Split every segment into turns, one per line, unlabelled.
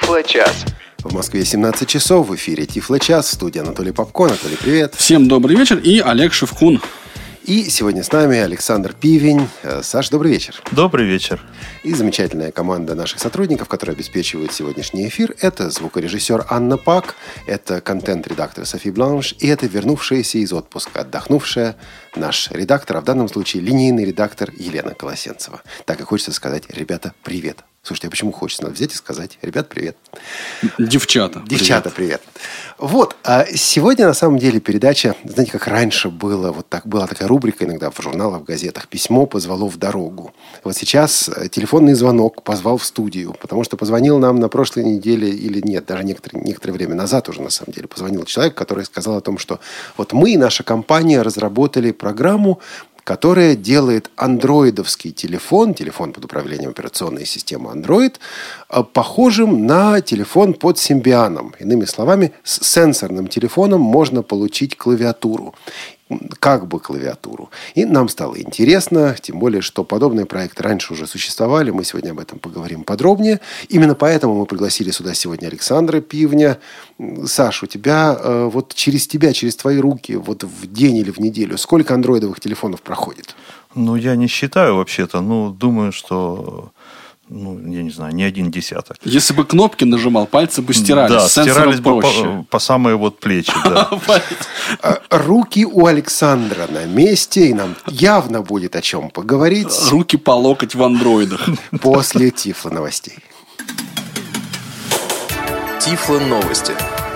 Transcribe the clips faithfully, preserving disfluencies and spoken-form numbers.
Тифло-час.
В Москве семнадцать часов, в эфире Тифло-час, в студии Анатолий Попко. Анатолий, привет.
Всем добрый вечер и Олег Шевкун.
И сегодня с нами Александр Пивень. Саш, добрый вечер.
Добрый вечер.
И замечательная команда наших сотрудников, которые обеспечивают сегодняшний эфир. Это звукорежиссер Анна Пак, это контент-редактор Софи Бланш, и это вернувшаяся из отпуска, отдохнувшая наш редактор, а в данном случае линейный редактор Елена Колосенцева. Так и хочется сказать: ребята, привет. Слушайте, а почему хочется? Надо взять и сказать: ребят, привет.
Девчата.
Девчата, привет. Вот, а сегодня на самом деле передача, знаете, как раньше было, вот так была такая рубрика иногда в журналах, в газетах: «Письмо позвало в дорогу». Вот сейчас телефонный звонок позвал в студию, потому что позвонил нам на прошлой неделе, или нет, даже некоторое, некоторое время назад уже на самом деле, позвонил человек, который сказал о том, что вот мы, наша компания, разработали программу, которая делает андроидовский телефон, телефон под управлением операционной системы Android, похожим на телефон под Симбианом. Иными словами, с сенсорным телефоном можно получить клавиатуру. Как бы клавиатуру. И нам стало интересно, тем более, что подобные проекты раньше уже существовали. Мы сегодня об этом поговорим подробнее. Именно поэтому мы пригласили сюда сегодня Александра Пивня. Саш, у тебя, вот через тебя, через твои руки, вот в день или в неделю, сколько андроидовых телефонов проходит?
Ну, я не считаю вообще-то. Ну, думаю, что... Ну, я не знаю, не один десяток.
Если бы кнопки нажимал, пальцы бы стирались.
Да, стирались бы
проще.
по, по самые вот плечи. Да.
Руки у Александра на месте, и нам явно будет о чем поговорить.
Руки по локоть в андроидах.
После Тифло новостей.
Тифло новости.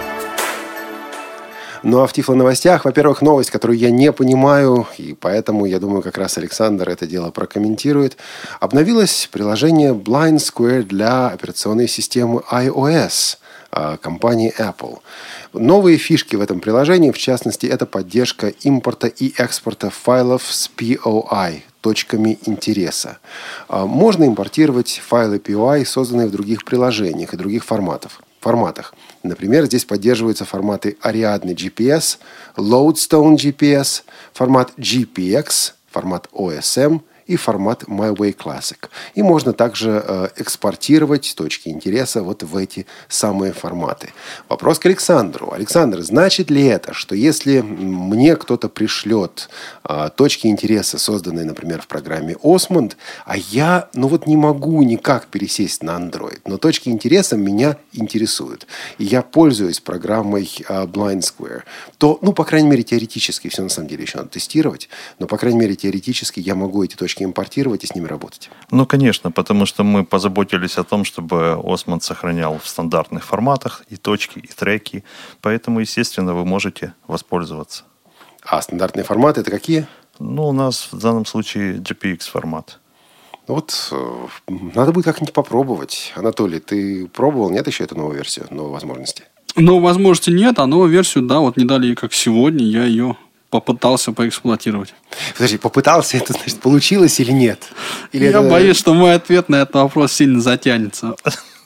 Ну, а в Тифло новостях, во-первых, новость, которую я не понимаю, и поэтому, я думаю, как раз Александр это дело прокомментирует. Обновилось приложение Blind Square для операционной системы iOS компании Apple. Новые фишки в этом приложении, в частности, это поддержка импорта и экспорта файлов с пи о ай, точками интереса. Можно импортировать файлы пи о ай, созданные в других приложениях и других форматов. форматах. Например, здесь поддерживаются форматы Ariadne джи пи эс, Lodestone джи пи эс, формат джи пи экс, формат о эс эм и формат My Way Classic. И можно также э, экспортировать точки интереса вот в эти самые форматы. Вопрос к Александру. Александр, значит ли это, что если мне кто-то пришлет э, точки интереса, созданные, например, в программе Osmond, а я, ну вот не могу никак пересесть на Android, но точки интереса меня интересуют, и я пользуюсь программой э, Blind Square, то, ну, по крайней мере, теоретически, все на самом деле еще надо тестировать, но, по крайней мере, теоретически я могу эти точки импортировать и с ними работать.
Ну, конечно, потому что мы позаботились о том, чтобы Osmond сохранял в стандартных форматах и точки, и треки. Поэтому, естественно, вы можете воспользоваться.
А стандартные форматы это какие?
Ну, у нас в данном случае джей пи экс формат.
Вот, э, надо будет как-нибудь попробовать. Анатолий, ты пробовал? Нет еще эту новую версию, новой возможности?
Новой возможности нет, а новую версию, да, вот не дали, как сегодня, я ее попытался поэксплуатировать.
Подожди, попытался, это значит, получилось или нет? Или
я
это...
боюсь, что мой ответ на этот вопрос сильно затянется.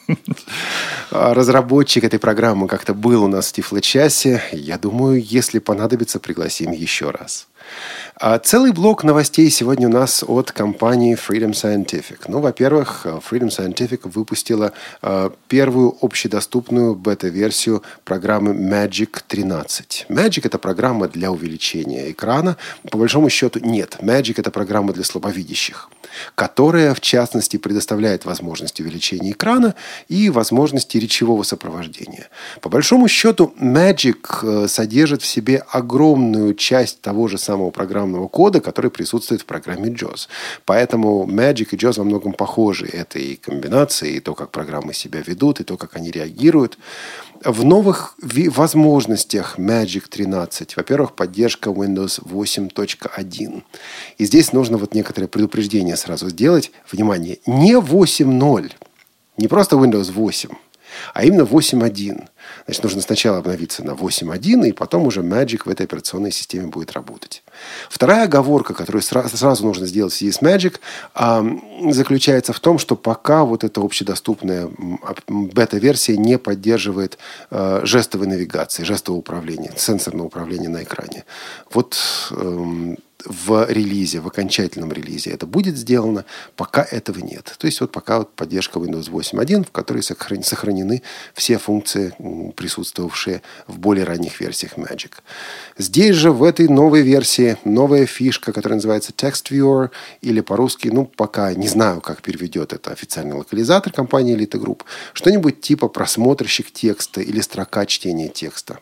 Разработчик этой программы как-то был у нас в Тифло-часе. Я думаю, если понадобится, пригласим еще раз. Целый блок новостей сегодня у нас от компании Freedom Scientific. Ну, во-первых, Freedom Scientific выпустила первую общедоступную бета-версию программы Magic тринадцать. Magic – это программа для увеличения экрана. По большому счету, нет. Magic – это программа для слабовидящих, которая, в частности, предоставляет возможность увеличения экрана и возможности речевого сопровождения. По большому счету, Magic содержит в себе огромную часть того же самого программного кода, который присутствует в программе джоз. Поэтому Magic и джоз во многом похожи. Это и комбинации, и то, как программы себя ведут, и то, как они реагируют. В новых возможностях Magic тринадцать, во-первых, поддержка Windows восемь точка один. И здесь нужно вот некоторое предупреждение сразу сделать. Внимание, не восемь ноль, не просто Windows восемь, а именно восемь точка один. Значит, нужно сначала обновиться на восемь точка один, и потом уже Magic в этой операционной системе будет работать. Вторая оговорка, которую сразу, сразу нужно сделать в связи с Magic, э, заключается в том, что пока вот эта общедоступная бета-версия не поддерживает э, жестовой навигации, жестового управления, сенсорного управления на экране. Вот... Э, в релизе, в окончательном релизе это будет сделано, пока этого нет. То есть вот пока вот поддержка Windows восемь точка один, в которой сохранены все функции, присутствовавшие в более ранних версиях Magic. Здесь же в этой новой версии новая фишка, которая называется Text Viewer, или по-русски, ну пока не знаю, как переведет это официальный локализатор компании Elite Group, что-нибудь типа просмотрщик текста или строка чтения текста.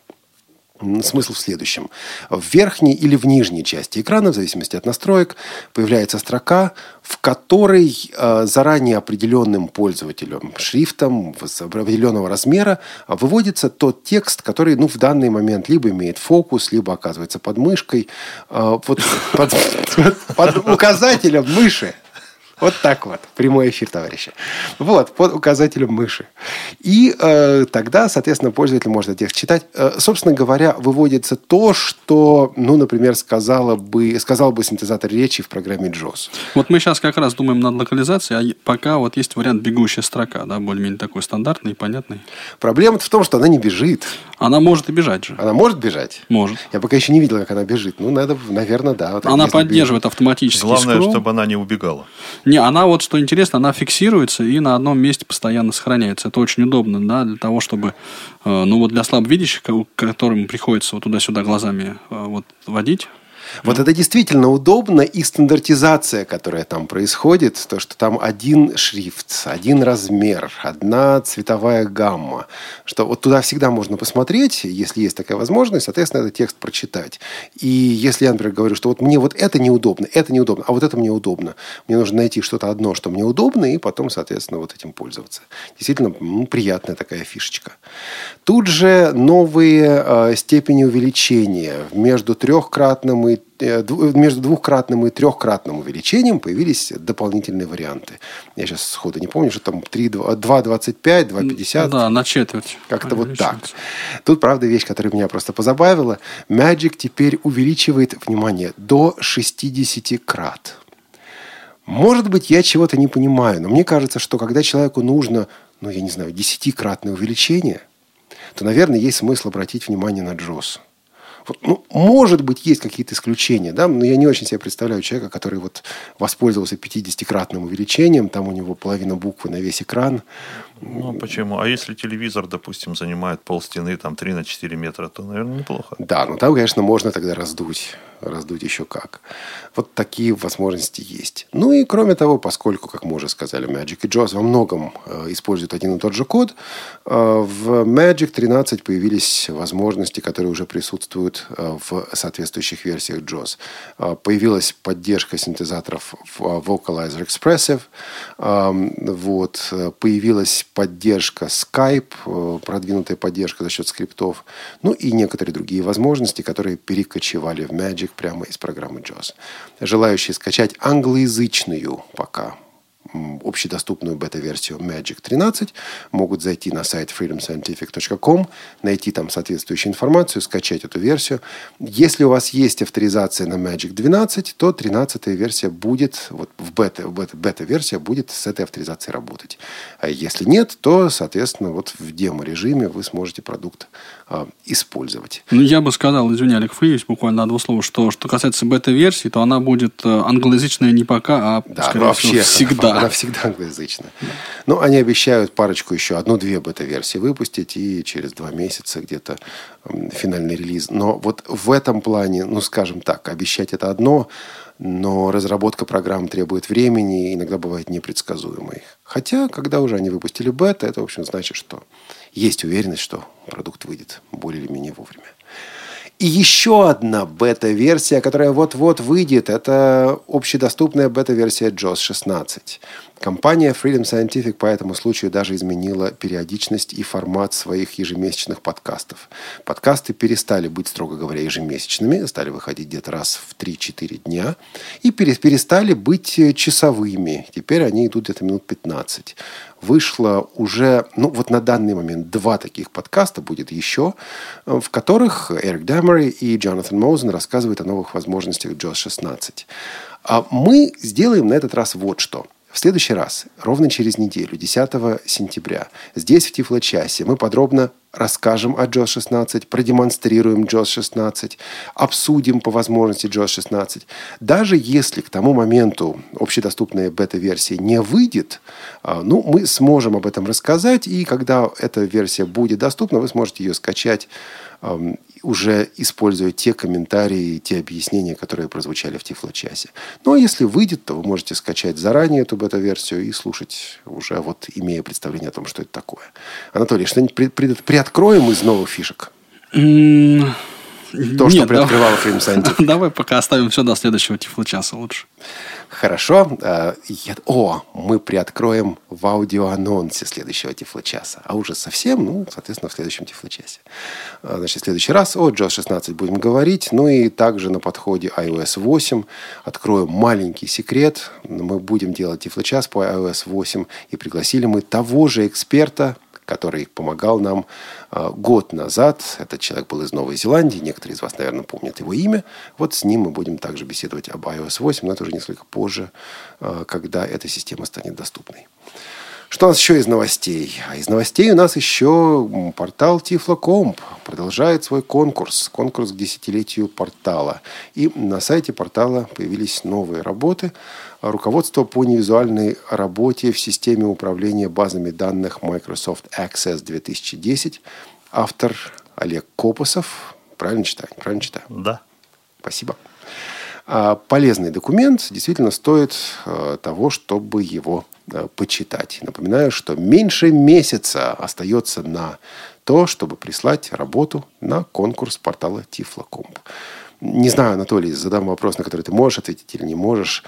Смысл в следующем. В верхней или в нижней части экрана, в зависимости от настроек, появляется строка, в которой э, заранее определенным пользователем шрифтом определенного размера выводится тот текст, который ну, в данный момент либо имеет фокус, либо оказывается под мышкой, э, вот под, под указателем мыши. Вот так вот. Прямой эфир, товарищи. Вот, под указателем мыши. И э, тогда, соответственно, пользователь может этот текст читать. Э, собственно говоря, выводится то, что, ну, например, сказала бы, сказал бы синтезатор речи в программе джоз.
Вот мы сейчас как раз думаем над локализацией, а пока вот есть вариант бегущая строка, да, более-менее такой стандартный и понятный.
Проблема в том, что она не бежит.
Она может и бежать же.
Она может бежать?
Может.
Я пока еще не видел, как она бежит. Ну, надо, наверное, да. Вот
она поддерживает бежит. Автоматический
Главное,
скролл.
чтобы она не убегала.
Не, она вот, что интересно, она фиксируется и на одном месте постоянно сохраняется. Это очень удобно, да, для того, чтобы, э, ну вот для слабовидящих, которым приходится вот туда-сюда глазами э, вот водить.
Вот это действительно удобно, и стандартизация, которая там происходит, то, что там один шрифт, один размер, одна цветовая гамма, что вот туда всегда можно посмотреть, если есть такая возможность, соответственно, этот текст прочитать. И если я, например, говорю, что вот мне вот это неудобно, это неудобно, а вот это мне удобно, мне нужно найти что-то одно, что мне удобно, и потом, соответственно, вот этим пользоваться. Действительно, ну, приятная такая фишечка. Тут же новые э, степени увеличения между трехкратным и между двухкратным и трехкратным увеличением появились дополнительные варианты. Я сейчас сходу не помню, что там два двадцать пять, два пятьдесят.
Да, на четверть.
Как-то вот так. Тут, правда, вещь, которая меня просто позабавила. Magic теперь увеличивает, внимание, до шестьдесят крат. Может быть, я чего-то не понимаю, но мне кажется, что когда человеку нужно, ну, я не знаю, десятикратное увеличение, то, наверное, есть смысл обратить внимание на джоз. Вот, ну, может быть, есть какие-то исключения, да, но я не очень себе представляю человека, который вот воспользовался пятидесятикратным увеличением, там у него половина буквы на весь экран.
Ну, почему? А если телевизор, допустим, занимает полстены, там, три на четыре метра, то, наверное, неплохо.
Да, но там, конечно, можно тогда раздуть. Раздуть еще как. Вот такие возможности есть. Ну и, кроме того, поскольку, как мы уже сказали, Magic и джоз во многом э, используют один и тот же код, э, в Magic тринадцать появились возможности, которые уже присутствуют э, в соответствующих версиях джоз. Э, появилась поддержка синтезаторов Vocalizer Expressive. Э, вот, появилась поддержка Skype, э, продвинутая поддержка за счет скриптов. Ну и некоторые другие возможности, которые перекочевали в Magic прямо из программы джоз. Желающие скачать англоязычную пока общедоступную бета-версию Magic тринадцать могут зайти на сайт freedom scientific точка com, найти там соответствующую информацию, скачать эту версию. Если у вас есть авторизация на Magic двенадцать, то тринадцатая версия будет, вот в бета, в бета, бета-версия будет с этой авторизацией работать. А если нет, то, соответственно, вот в демо-режиме вы сможете продукт а, использовать.
Ну, я бы сказал, извини, Олег Фриевич, буквально на два слова, что что касается бета-версии, то она будет англоязычная не пока, а,
да,
скорее
вообще,
всего, всегда.
Она всегда англоязычная. Да. Ну, они обещают парочку еще, одну-две бета-версии выпустить, и через два месяца где-то финальный релиз. Но вот в этом плане, ну, скажем так, обещать это одно, но разработка программ требует времени и иногда бывает непредсказуемой. Хотя, когда уже они выпустили бета, это, в общем, значит, что есть уверенность, что продукт выйдет более или менее вовремя. И еще одна бета-версия, которая вот-вот выйдет, это общедоступная бета-версия джоз шестнадцать. Компания Freedom Scientific по этому случаю даже изменила периодичность и формат своих ежемесячных подкастов. Подкасты перестали быть, строго говоря, ежемесячными, стали выходить где-то раз в три-четыре дня, и перестали быть часовыми. Теперь они идут где-то минут пятнадцать. Вышло уже, ну вот на данный момент, два таких подкаста, будет еще, в которых Эрик Дамери и Джонатан Моузен рассказывают о новых возможностях джоз шестнадцать. А мы сделаем на этот раз вот что. В следующий раз, ровно через неделю, десятого сентября, здесь, в Тифло-часе, мы подробно расскажем о джоус шестнадцать, продемонстрируем джоус шестнадцать, обсудим по возможности джоус шестнадцать. Даже если к тому моменту общедоступная бета-версия не выйдет, ну, мы сможем об этом рассказать, и когда эта версия будет доступна, вы сможете ее скачать, уже используя те комментарии, те объяснения, которые прозвучали в Тифло-часе. Ну, а если выйдет, то вы можете скачать заранее эту бета-версию и слушать уже вот имея представление о том, что это такое. Анатолий, что-нибудь при- при- приоткроем из новых фишек?
Mm,
то, что
нет,
приоткрывало
давай,
Freedom Scientific.
Давай пока оставим все до следующего Тифло-часа лучше.
Хорошо. Я... О, мы приоткроем в аудиоанонсе следующего Тифло-часа. А уже совсем, ну, соответственно, в следующем Тифло-часе. Значит, в следующий раз о джоус шестнадцать будем говорить. Ну и также на подходе ай о эс восемь. Откроем маленький секрет. Мы будем делать Тифло-час по ай о эс восемь. И пригласили мы того же эксперта, который помогал нам э, год назад. Этот человек был из Новой Зеландии. Некоторые из вас, наверное, помнят его имя. Вот с ним мы будем также беседовать об ай о эс восемь, но это уже несколько позже, э, когда эта система станет доступной. Что у нас еще из новостей? А из новостей у нас еще портал Тифлокомп продолжает свой конкурс. Конкурс к десятилетию портала. И на сайте портала появились новые работы. Руководство по невизуальной работе в системе управления базами данных Microsoft Access две тысячи десять. Автор Олег Копосов. Правильно читаю? Правильно читаю?
Да.
Спасибо. Полезный документ, действительно стоит того, чтобы его почитать. Напоминаю, что меньше месяца остается на то, чтобы прислать работу на конкурс портала Тифлокомп. Не знаю, Анатолий, задам вопрос, на который ты можешь ответить или не можешь.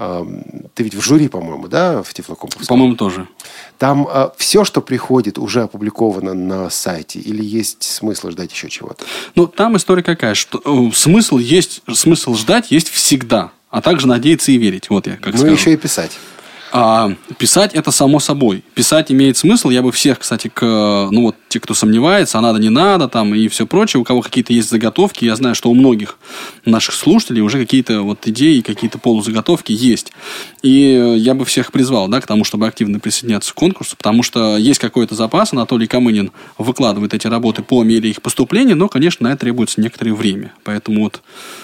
Ты ведь в жюри, по-моему, да, в Тифлокомп?
По-моему, тоже.
Там а, все, что приходит, уже опубликовано на сайте? Или есть смысл ждать еще чего-то?
Ну, там история какая, что э, смысл есть, смысл ждать есть всегда, а также надеяться и верить. Вот я как
ну,
скажу.
еще и писать.
А, писать это само собой. Писать имеет смысл. Я бы всех, кстати, к, ну вот те, кто сомневается, а надо, не надо, там и все прочее, у кого какие-то есть заготовки, я знаю, что у многих наших слушателей уже какие-то вот идеи, какие-то полузаготовки есть. И я бы всех призвал, да, к тому, чтобы активно присоединяться к конкурсу, потому что есть какой-то запас. Анатолий Камынин выкладывает эти работы по мере их поступления, но, конечно, на это требуется некоторое время. Поэтому вот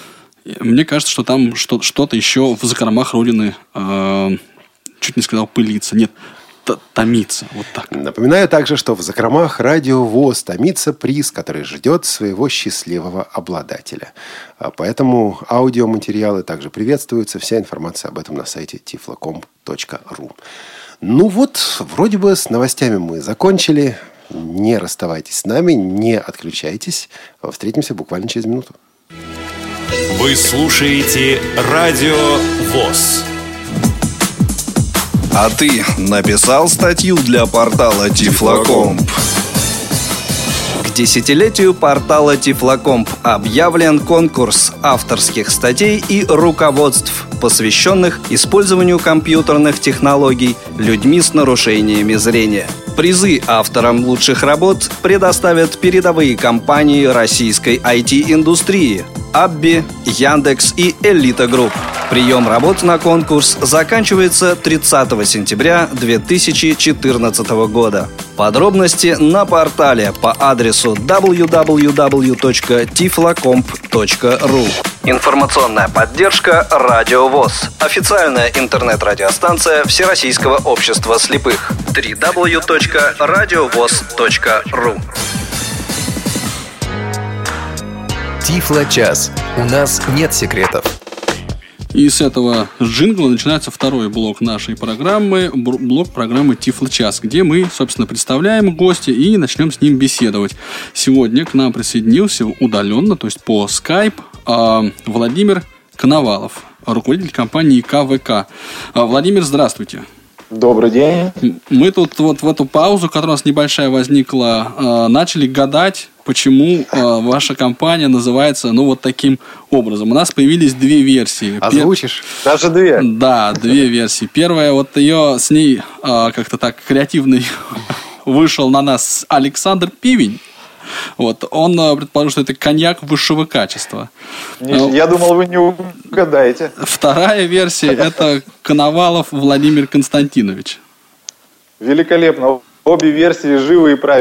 мне кажется, что там что-то еще в закромах Родины э- чуть не сказал пылиться. Нет, томится. Вот так.
Напоминаю также, что в закромах Радио ВОС томится приз, который ждет своего счастливого обладателя. Поэтому аудиоматериалы также приветствуются. Вся информация об этом на сайте тифлокомп точка ру. Ну вот, вроде бы с новостями мы закончили. Не расставайтесь с нами, не отключайтесь. Встретимся буквально через минуту.
Вы слушаете Радио ВОС.
А ты написал статью для портала Тифлокомп? К десятилетию портала Тифлокомп объявлен конкурс авторских статей и руководств, посвященных использованию компьютерных технологий людьми с нарушениями зрения. Призы авторам лучших работ предоставят передовые компании российской ай ти-индустрии Абби, Яндекс и Элита Групп. Прием работ на конкурс заканчивается тридцатого сентября две тысячи четырнадцатого года. Подробности на портале по адресу дабл ю дабл ю дабл ю точка тифлокомп точка ру. Информационная поддержка Радио ВОС. Официальная интернет-радиостанция Всероссийского общества слепых. дабл ю дабл ю дабл ю точка радиовос точка ру.
Тифло-час. У нас нет секретов.
И с этого джингла начинается второй блок нашей программы, блок программы Тифло-час, где мы, собственно, представляем гостя и начнем с ним беседовать. Сегодня к нам присоединился удаленно, то есть по скайп, Владимир Коновалов, руководитель компании ка вэ ка. Владимир, здравствуйте.
Добрый день.
Мы тут вот в эту паузу, которая у нас небольшая возникла, начали гадать, почему ваша компания называется, ну, вот таким образом. У нас появились две версии.
Озвучишь?
Пер... Даже две?
Да, две версии. Первая, вот ее с ней как-то так креативный вышел на нас Александр Пивень. Вот, он предположил, что это коньяк высшего качества.
Не, я думал, вы не угадаете.
Вторая версия – это Коновалов Владимир Константинович.
Великолепно. Обе версии живы и правильны.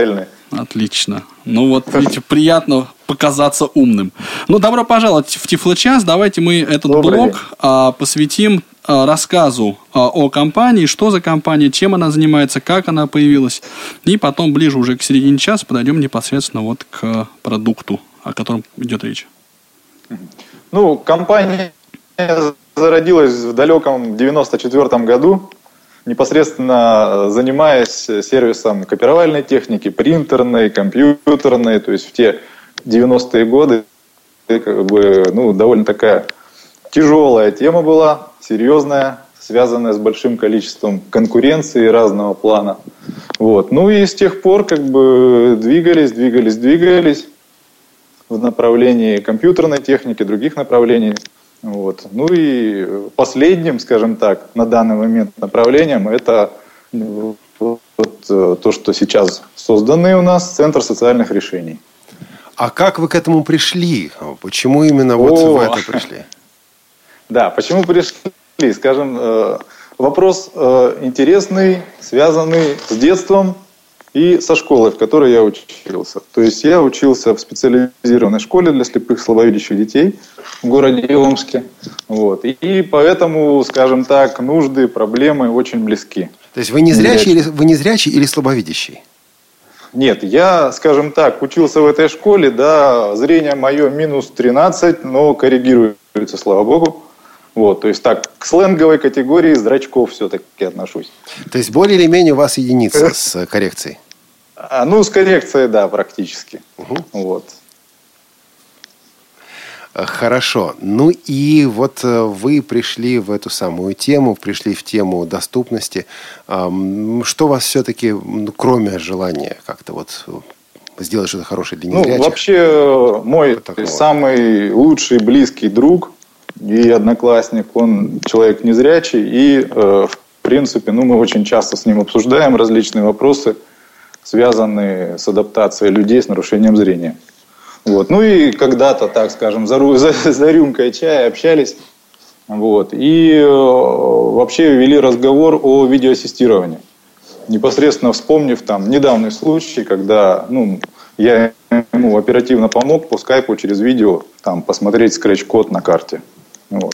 Отлично. Ну вот, видите, приятно показаться умным. Ну, добро пожаловать в Тифлочас. Давайте мы этот
Добрый
блок а, посвятим а, рассказу а, о компании, что за компания, чем она занимается, как она появилась. И потом ближе уже к середине часа подойдем непосредственно вот к продукту, о котором идет речь.
Ну, компания зародилась в далеком девяносто четвёртом году, непосредственно занимаясь сервисом копировальной техники, принтерной, компьютерной, то есть в те девяностые годы как бы, ну, довольно такая тяжелая тема была, серьезная, связанная с большим количеством конкуренции разного плана. Вот. Ну и с тех пор как бы двигались, двигались, двигались в направлении компьютерной техники, других направлений. Вот. Ну и последним, скажем так, на данный момент направлением это вот, то, что сейчас созданный у нас Центр социальных решений.
А как вы к этому пришли? Почему именно вот
О!
в это пришли?
Да, почему пришли? Скажем, вопрос интересный, связанный с детством и со школой, в которой я учился. То есть я учился в специализированной школе для слепых слабовидящих детей в городе Омске. Вот. И поэтому, скажем так, нужды, проблемы очень близки.
То есть вы не зрячий, или, вы не зрячий или слабовидящий?
Нет, я, скажем так, учился в этой школе, да, зрение мое минус тринадцать, но коррегируется, слава богу. Вот, то есть так, к сленговой категории зрачков все-таки отношусь.
То есть более или менее у вас единица с коррекцией?
А, ну, с коррекцией, да, практически. Угу. Вот.
Хорошо. Ну и вот вы пришли в эту самую тему, пришли в тему доступности. Что вас все-таки, ну, кроме желания как-то вот сделать что-то хорошее для незрячих?
Ну, вообще, мой самый лучший близкий друг и одноклассник, он человек незрячий, и, э, в принципе, ну, мы очень часто с ним обсуждаем различные вопросы, связанные с адаптацией людей с нарушением зрения. Вот. Ну и когда-то, так скажем, за, за, за рюмкой чая общались, вот, и э, вообще вели разговор о видеоассистировании. Непосредственно вспомнив там недавний случай, когда, ну, я ему оперативно помог по скайпу через видео там, посмотреть скретч-код на карте. Вот.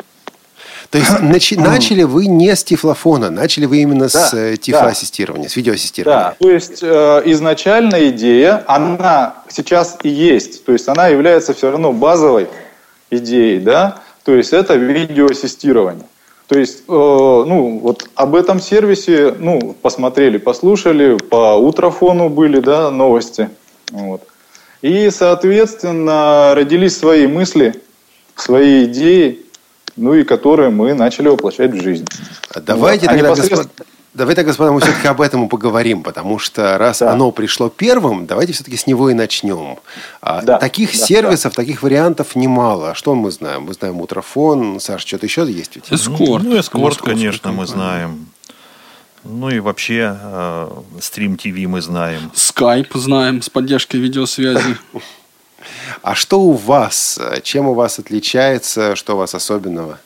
То есть начи- начали вы не с тифлофона, начали вы именно
да,
с тифлоассистирования, да. с видеоассистирования.
Да, то есть э, изначально идея, она сейчас и есть, то есть она является все равно базовой идеей, да, то есть это видеоассистирование. То есть, э, ну, вот об этом сервисе, ну, посмотрели, послушали, по Утрофону были, да, новости, вот. И, соответственно, родились свои мысли, свои идеи, ну и которые мы начали воплощать в жизнь.
Давайте,
вот.
тогда,
а непосредственно...
господ... Давайте, господа, мы все-таки об этом поговорим, потому что раз да. оно пришло первым, давайте все-таки с него и начнем. Да. Таких да, сервисов, да. таких вариантов немало. Что мы знаем? Мы знаем Утрофон. Саша, что-то еще есть ведь?
Эскорт.
Ну, Эскорт, конечно, мы знаем. Ну и вообще Стрим ТВ мы знаем.
Скайп знаем с поддержкой видеосвязи.
А что у вас? Чем у вас отличается? Что у вас особенного?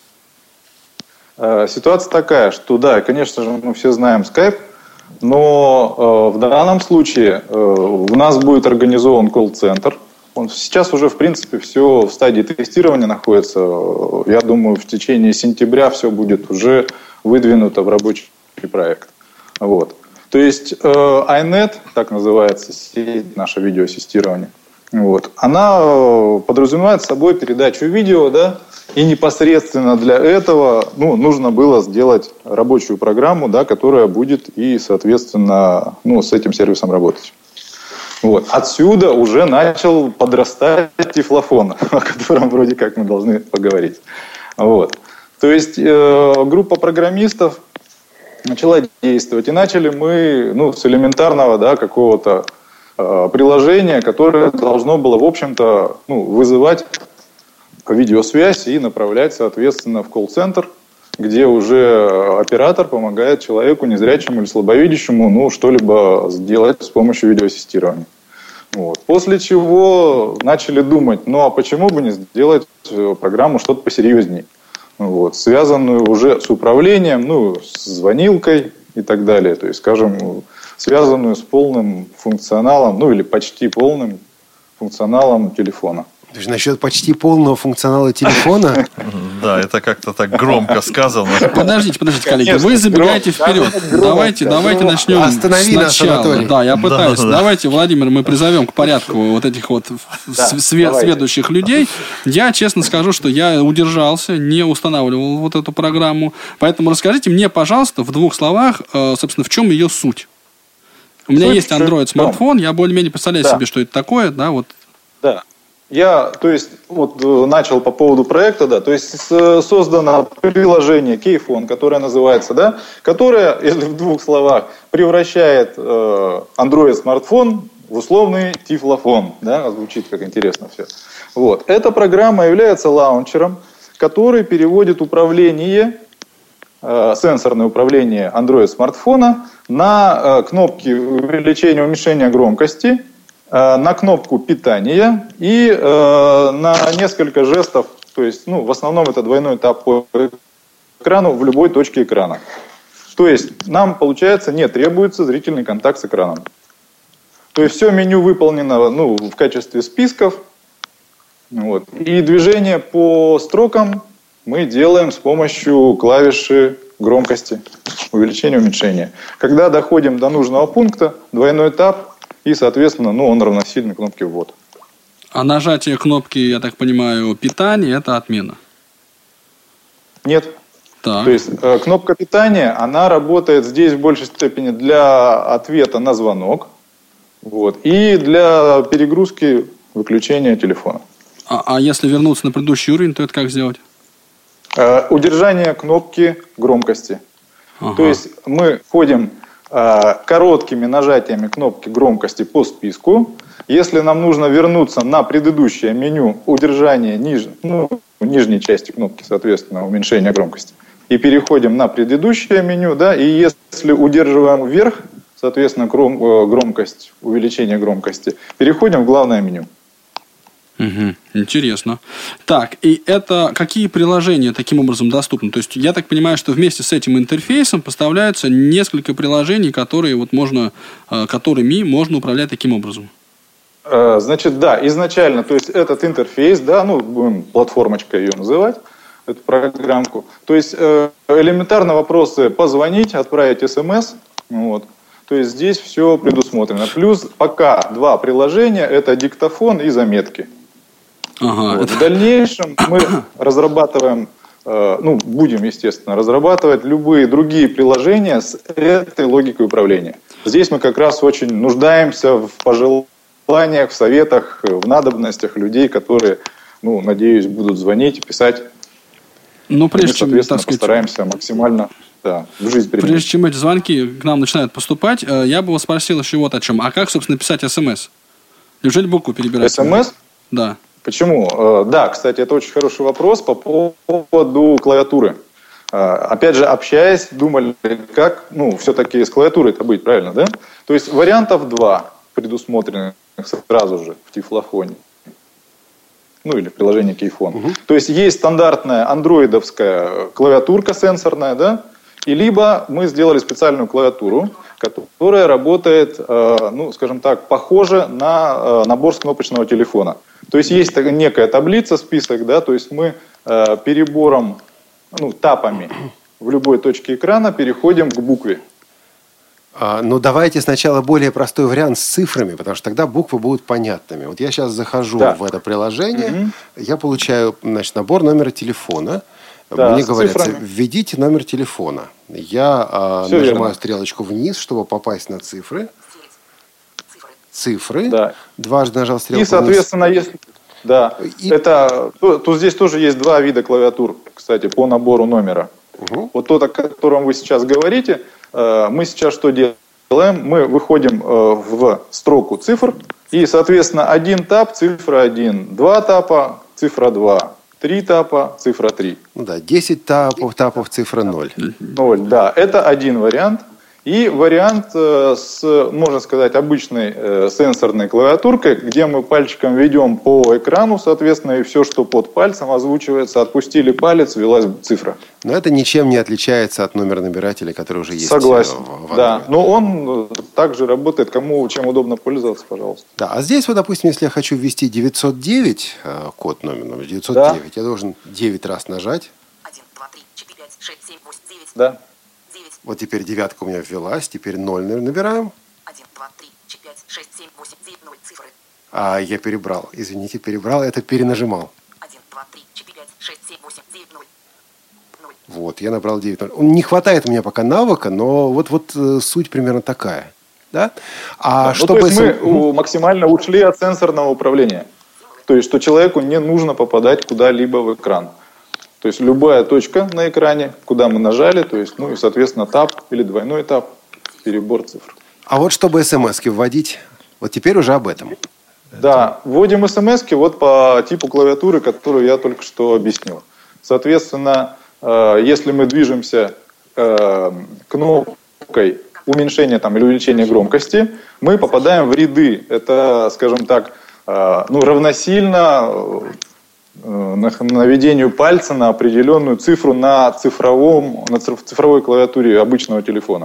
Ситуация такая, что да, конечно же, мы все знаем Skype, но э, в данном случае э, у нас будет организован колл-центр. Он сейчас уже, в принципе, все в стадии тестирования находится. Я думаю, в течение сентября все будет уже выдвинуто в рабочий проект. Вот. То есть э, iNet, так называется сеть, наше видеоассистирование, вот, она подразумевает собой передачу видео, да, и непосредственно для этого, ну, нужно было сделать рабочую программу, да, которая будет и, соответственно, ну, с этим сервисом работать. Вот. Отсюда уже начал подрастать тифлофон, о котором вроде как мы должны поговорить. Вот. То есть э, группа программистов начала действовать, и начали мы, ну, с элементарного, да, какого-то э, приложения, которое должно было, в общем-то, ну, вызывать видеосвязь и направлять, соответственно, в колл-центр, где уже оператор помогает человеку незрячему или слабовидящему, ну, что-либо сделать с помощью видеоассистирования. Вот. После чего начали думать, ну, а почему бы не сделать программу что-то посерьезнее, вот, связанную уже с управлением, ну, с звонилкой и так далее. То есть, скажем, связанную с полным функционалом, ну или почти полным функционалом телефона.
То есть насчет почти полного функционала телефона?
Да, это как-то так громко сказано.
Подождите, подождите, коллеги, вы забегаете вперед. Давайте, давайте начнем
Останови нас, Анатолий.
Да, я пытаюсь.
Да, да.
Давайте, Владимир, мы призовем к порядку вот этих вот све- сведущих людей. Я честно скажу, что я удержался, не устанавливал вот эту программу. Поэтому расскажите мне, пожалуйста, в двух словах, э, собственно, в чем ее суть. У меня
Суть
есть
в чем?
Android-смартфон, я более-менее представляю
Да.
себе, что это такое, да, вот.
Да. Я, то есть, вот э, начал по поводу проекта, да, то есть с- создано приложение Keyphone, которое называется, да, которое, если в двух словах, превращает э, Android-смартфон в условный тифлофон, да, звучит как интересно все. Вот. Эта программа является лаунчером, который переводит управление, э, сенсорное управление Android-смартфона на э, кнопки увеличения, уменьшения громкости, на кнопку питания и э, на несколько жестов, то есть, ну, в основном это двойной тап по экрану в любой точке экрана. То есть нам, получается, не требуется зрительный контакт с экраном. То есть все меню выполнено, ну, в качестве списков. Вот. И движение по строкам мы делаем с помощью клавиши громкости, увеличения, уменьшения. Когда доходим до нужного пункта, двойной тап, и, соответственно, ну, он равносильно кнопке «ввод».
А нажатие кнопки, я так понимаю, питания – это отмена?
Нет.
Так.
То есть э, кнопка питания, она работает здесь в большей степени для ответа на звонок, вот, и для перегрузки выключения телефона.
А, а если вернуться на предыдущий уровень, то это как сделать?
Э, удержание кнопки громкости.
Ага.
То есть мы входим короткими нажатиями кнопки громкости по списку. Если нам нужно вернуться на предыдущее меню удержания ниж... ну, нижней части кнопки, соответственно, уменьшения громкости, и переходим на предыдущее меню, да, и если удерживаем вверх, соответственно, гром... громкость, увеличение громкости, переходим в главное меню.
Угу. Интересно. Так, и это какие приложения таким образом доступны? То есть, я так понимаю, что вместе с этим интерфейсом поставляются несколько приложений, которые вот можно, которыми можно управлять таким образом.
Значит, да, изначально, то есть этот интерфейс, да, ну, будем платформочкой ее называть, эту программку. То есть элементарно вопросы позвонить, отправить смс, вот. То есть здесь все предусмотрено. Плюс пока два приложения, это диктофон и заметки.
Ага,
вот.
это...
В дальнейшем мы разрабатываем, э, ну, будем, естественно, разрабатывать любые другие приложения с этой логикой управления. Здесь мы как раз очень нуждаемся в пожеланиях, в советах, в надобностях людей, которые, ну, надеюсь, будут звонить, писать.
Ну, прежде чем,
мы, соответственно,
так сказать,
постараемся максимально, да, в жизнь применить.
Прежде чем эти звонки к нам начинают поступать, я бы вас спросил еще вот о чем. А как, собственно, писать смс? Неужели букву перебирать?
СМС?
Да.
Почему? Да, кстати, это очень хороший вопрос по поводу клавиатуры. Опять же, общаясь, думали, как, ну, все-таки с клавиатурой это быть, правильно, да? То есть вариантов два предусмотренных сразу же в тифлофоне. Ну, или в приложении Keyphone. Угу. То есть есть стандартная андроидовская клавиатурка сенсорная, да? И либо мы сделали специальную клавиатуру, которая работает, ну, скажем так, похоже на набор с кнопочного телефона. То есть есть некая таблица, список, да, то есть мы э, перебором, ну, тапами в любой точке экрана переходим к букве.
А, ну, давайте сначала более простой вариант с цифрами, потому что тогда буквы будут понятными. Вот я сейчас захожу да. в это приложение, угу. я получаю, значит, набор номера телефона. Да, мне говорят, цифрами. Введите номер телефона. Я а, нажимаю верно. Стрелочку вниз, чтобы попасть на цифры. Цифры. Да. Дважды нажал стрелку.
И, соответственно, вниз. если... Да. И... Это, то, то здесь тоже есть два вида клавиатур, кстати, по набору номера. Угу. Вот тот, о котором вы сейчас говорите, мы сейчас что делаем? Мы выходим в строку цифр, и, соответственно, один тап, цифра один, два тапа, цифра два, три тапа, цифра три.
Ну да, десять тапов, тапов, цифра ноль.
ноль, да. Это один вариант. И вариант э, с, можно сказать, обычной э, сенсорной клавиатуркой, где мы пальчиком ведем по экрану, соответственно, и все, что под пальцем, озвучивается. Отпустили палец, ввелась цифра.
Но это ничем не отличается от номера набирателя, который уже есть.
Согласен,
в, в
да. Но он также работает, кому чем удобно пользоваться, пожалуйста.
Да, а здесь вот, допустим, если я хочу ввести девятьсот девять, код номер, номер девятьсот девять, да. Я должен девять раз нажать.
один, два, три, четыре, пять, шесть, семь, восемь, девять.
Да.
Вот теперь девятка у меня ввелась, теперь ноль набираем.
один, два, три, четыре, пять, шесть, семь, восемь, девять, ноль, цифры.
А, я перебрал. Извините, перебрал, это перенажимал.
один, два, три, четыре, пять, шесть, семь, восемь, девять, ноль. ноль.
Вот, я набрал девять ноль. Не хватает у меня пока навыка, но вот, вот суть примерно такая. Да? А
да,
чтобы...
Ну, то есть мы у, максимально ушли от сенсорного управления. То есть, что человеку не нужно попадать куда-либо в экран. То есть любая точка на экране, куда мы нажали, то есть, ну и, соответственно, тап или двойной тап, перебор цифр.
А вот чтобы смс-ки вводить, вот теперь уже об этом.
Да, вводим смс-ки вот по типу клавиатуры, которую я только что объяснил. Соответственно, если мы движемся кнопкой уменьшения там, или увеличения громкости, мы попадаем в ряды. Это, скажем так, ну, равносильно наведению пальца на определенную цифру на, цифровом, на цифровой клавиатуре обычного телефона.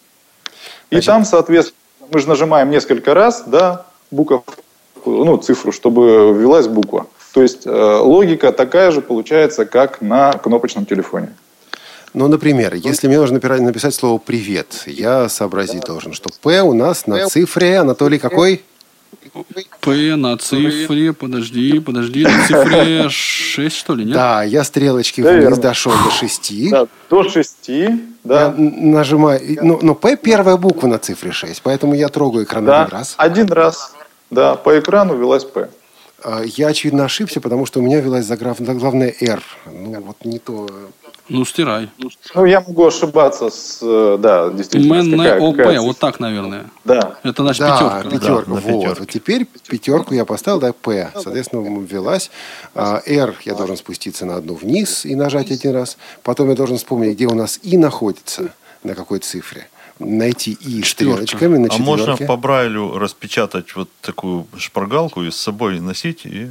И Значит, там, соответственно, мы же нажимаем несколько раз, да, буковку, ну, цифру, чтобы ввелась буква. То есть э, логика такая же получается, как на кнопочном телефоне.
Ну, например, если мне нужно написать слово «привет», я сообразить должен, что «П» у нас на цифре, Анатолий, какой?
П на цифре, подожди, подожди, на цифре шесть, что ли, нет?
Да, я стрелочки
да,
вниз
верно.
дошел до шести.
Да, до шести, да.
Я нажимаю, но, но П первая буква на цифре шесть, поэтому я трогаю экран
да,
один раз.
один раз, да, по экрану велась П.
Я, очевидно, ошибся, потому что у меня велась заглавная R. Ну, вот не то...
Ну, стирай.
Ну, я могу ошибаться с... Да, действительно.
М О П, вот так, наверное.
Да.
Это наша
да,
пятерка.
пятерка.
Да,
вот.
пятерке.
Вот теперь пятерку я поставил, да, П. Соответственно, ввелась. R я должен спуститься на одну вниз и нажать один раз. Потом я должен вспомнить, где у нас И находится, на какой цифре. Найти И стрелочками на
четверке. А можно по Брайлю распечатать вот такую шпаргалку и с собой носить? И...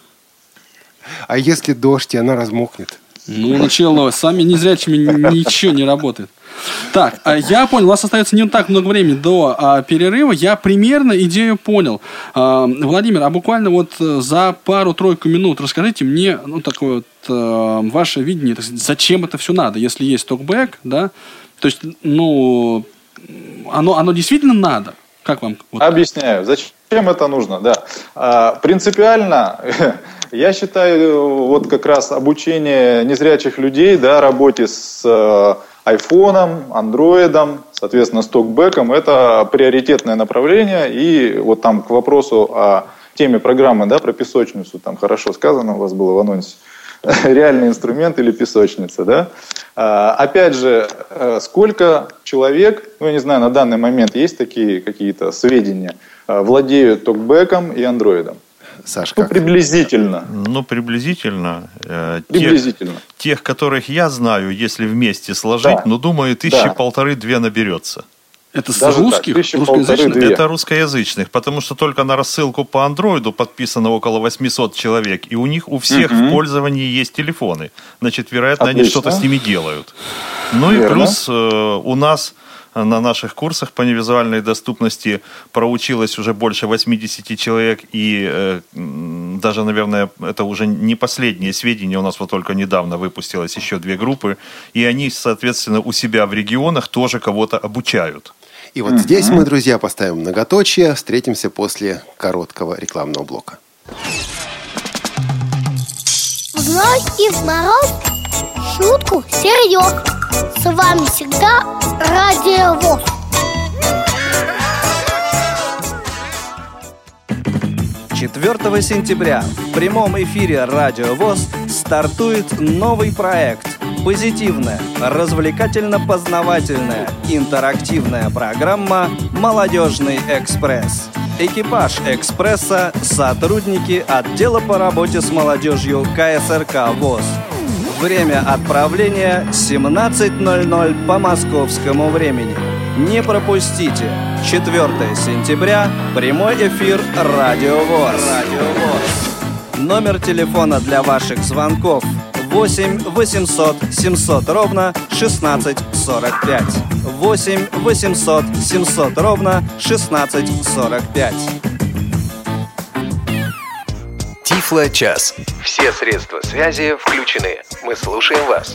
А если дождь, и она размокнет?
Ну, начало. Сами незрячими ничего не работает. Так, я понял, у вас остается не так много времени до а, перерыва. Я примерно идею понял. А, Владимир, а буквально вот за пару-тройку минут расскажите мне, ну, такое вот а, ваше видение, так сказать, зачем это все надо, если есть токбэк, да? То есть, ну, оно, оно действительно надо? Как вам? Вот.
Объясняю, зачем это нужно, да. А, принципиально... Я считаю, вот как раз обучение незрячих людей, да, работе с э, айфоном, андроидом, соответственно, с токбэком, это приоритетное направление. И вот там к вопросу о теме программы, да, про песочницу, там хорошо сказано у вас было в анонсе. Реальный инструмент или песочница, да. А, опять же, сколько человек, ну, я не знаю, на данный момент есть такие какие-то сведения, владеют токбэком и андроидом?
Саш,
ну,
как?
приблизительно.
Ну, приблизительно. Э,
приблизительно.
Тех, тех, которых я знаю, если вместе сложить, да. ну, думаю, тысячи да. полторы-две наберется.
Это с русских?
Русскоязычных? Это русскоязычных, потому что только на рассылку по андроиду подписано около восемьсот человек, и у них у всех угу. в пользовании есть телефоны. Значит, вероятно, Отлично. они что-то с ними делают. Ну Верно. и плюс э, у нас... На наших курсах по невизуальной доступности проучилось уже больше восемьдесят человек, и э, даже, наверное, это уже не последние сведения, у нас вот только недавно выпустилось еще две группы, и они, соответственно, у себя в регионах тоже кого-то обучают.
И вот mm-hmm. здесь мы, друзья, поставим многоточие, встретимся после короткого рекламного блока.
В ночь и в мороз шутку серьез. С вами всегда Радио ВОС.
четвёртого сентября в прямом эфире Радио ВОС стартует новый проект. Позитивная, развлекательно-познавательная, интерактивная программа «Молодежный экспресс». Экипаж «Экспресса» – сотрудники отдела по работе с молодежью ка эс эр ка ВОС. Время отправления семнадцать ноль ноль по московскому времени. Не пропустите. четвёртого сентября. Прямой эфир Радио ВОС. Радио ВОС. Номер телефона для ваших звонков восемь восемьсот семьсот ровно шестнадцать сорок пять. восемь восемьсот семьсот ровно шестнадцать сорок пять.
Тифло-час. Все средства связи включены. Мы слушаем вас.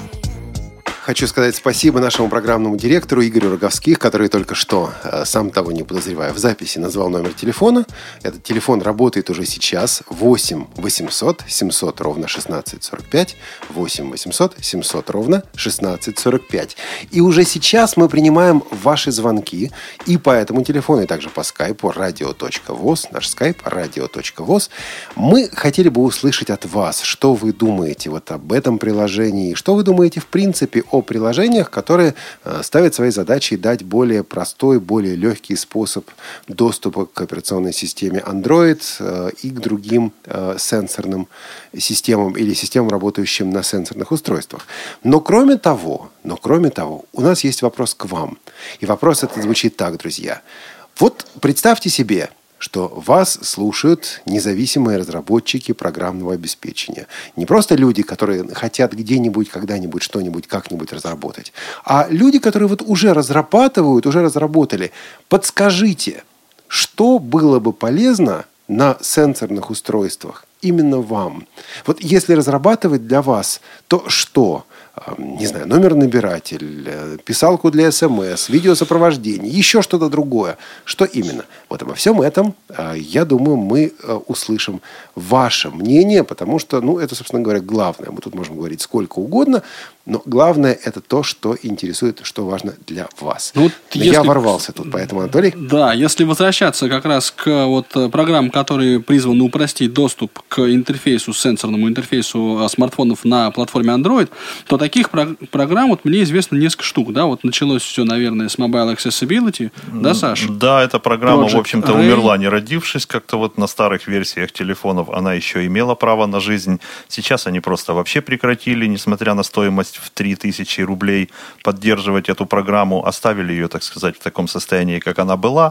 Хочу сказать спасибо нашему программному директору Игорю Роговских, который только что, сам того не подозревая, в записи назвал номер телефона. Этот телефон работает уже сейчас. восемь восемьсот семьсот ровно шестнадцать сорок пять. восемь восемьсот семьсот ровно шестнадцать сорок пять. И уже сейчас мы принимаем ваши звонки и по этому телефону, и также по скайпу radio.voz, наш скайп radio.voz. Мы хотели бы услышать от вас, что вы думаете вот об этом приложении, что вы думаете в принципе о приложениях, которые э, ставят своей задачей дать более простой, более легкий способ доступа к операционной системе Android э, и к другим э, сенсорным системам или системам, работающим на сенсорных устройствах. Но кроме того, но кроме того, у нас есть вопрос к вам. И вопрос этот звучит так, друзья. Вот представьте себе, что вас слушают независимые разработчики программного обеспечения. Не просто люди, которые хотят где-нибудь, когда-нибудь, что-нибудь, как-нибудь разработать, а люди, которые вот уже разрабатывают, уже разработали. Подскажите, что было бы полезно на сенсорных устройствах именно вам? Вот если разрабатывать для вас, то что? Не знаю, номер-набиратель, писалку для эс эм эс, видеосопровождение, еще что-то другое. Что именно? Вот обо всем этом, я думаю, мы услышим ваше мнение, потому что, ну, это, собственно говоря, главное. Мы тут можем говорить сколько угодно, но главное это то, что интересует, что важно для вас. Ну, если... Я ворвался тут, поэтому, Анатолий.
Да, если возвращаться как раз к вот программам, которые призваны упростить доступ к интерфейсу, сенсорному интерфейсу смартфонов на платформе Android, то таких про- программ вот мне известно несколько штук. Да? Вот началось все, наверное, с Mobile Accessibility, да, Саша?
Да, эта программа,
Project
в общем-то,
Ray.
умерла, не родившись. Как-то вот на старых версиях телефонов она еще имела право на жизнь. Сейчас они просто вообще прекратили, несмотря на стоимость в три тысячи рублей поддерживать эту программу, оставили ее, так сказать, в таком состоянии, как она была.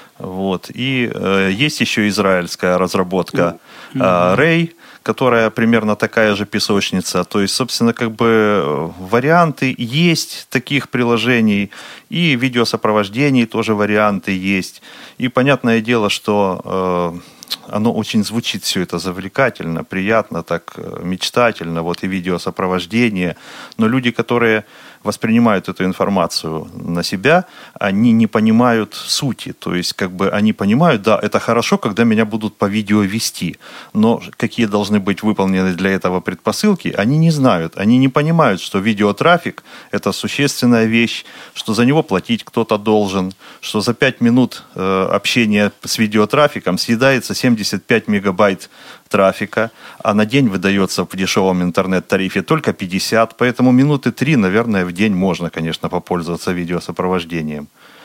Вот. И э, есть еще израильская разработка э, Ray, которая примерно такая же песочница. То есть, собственно, как бы варианты есть таких приложений, и видеосопровождений тоже варианты есть. И понятное дело, что э, оно очень звучит все это завлекательно, приятно, так мечтательно, вот и видеосопровождение. Но люди, которые воспринимают эту информацию на себя, они не понимают сути. То есть, как бы они понимают, да, это хорошо, когда меня будут по видео вести, но какие должны быть выполнены для этого предпосылки, они не знают. Они не понимают, что видеотрафик – это существенная вещь, что за него платить кто-то должен, что за пять минут э, общения с видеотрафиком съедается семьдесят пять мегабайт трафика, а на день выдается в дешевом интернет-тарифе только пятьдесят, поэтому минуты три, наверное, в день можно, конечно, попользоваться видеосопровождением.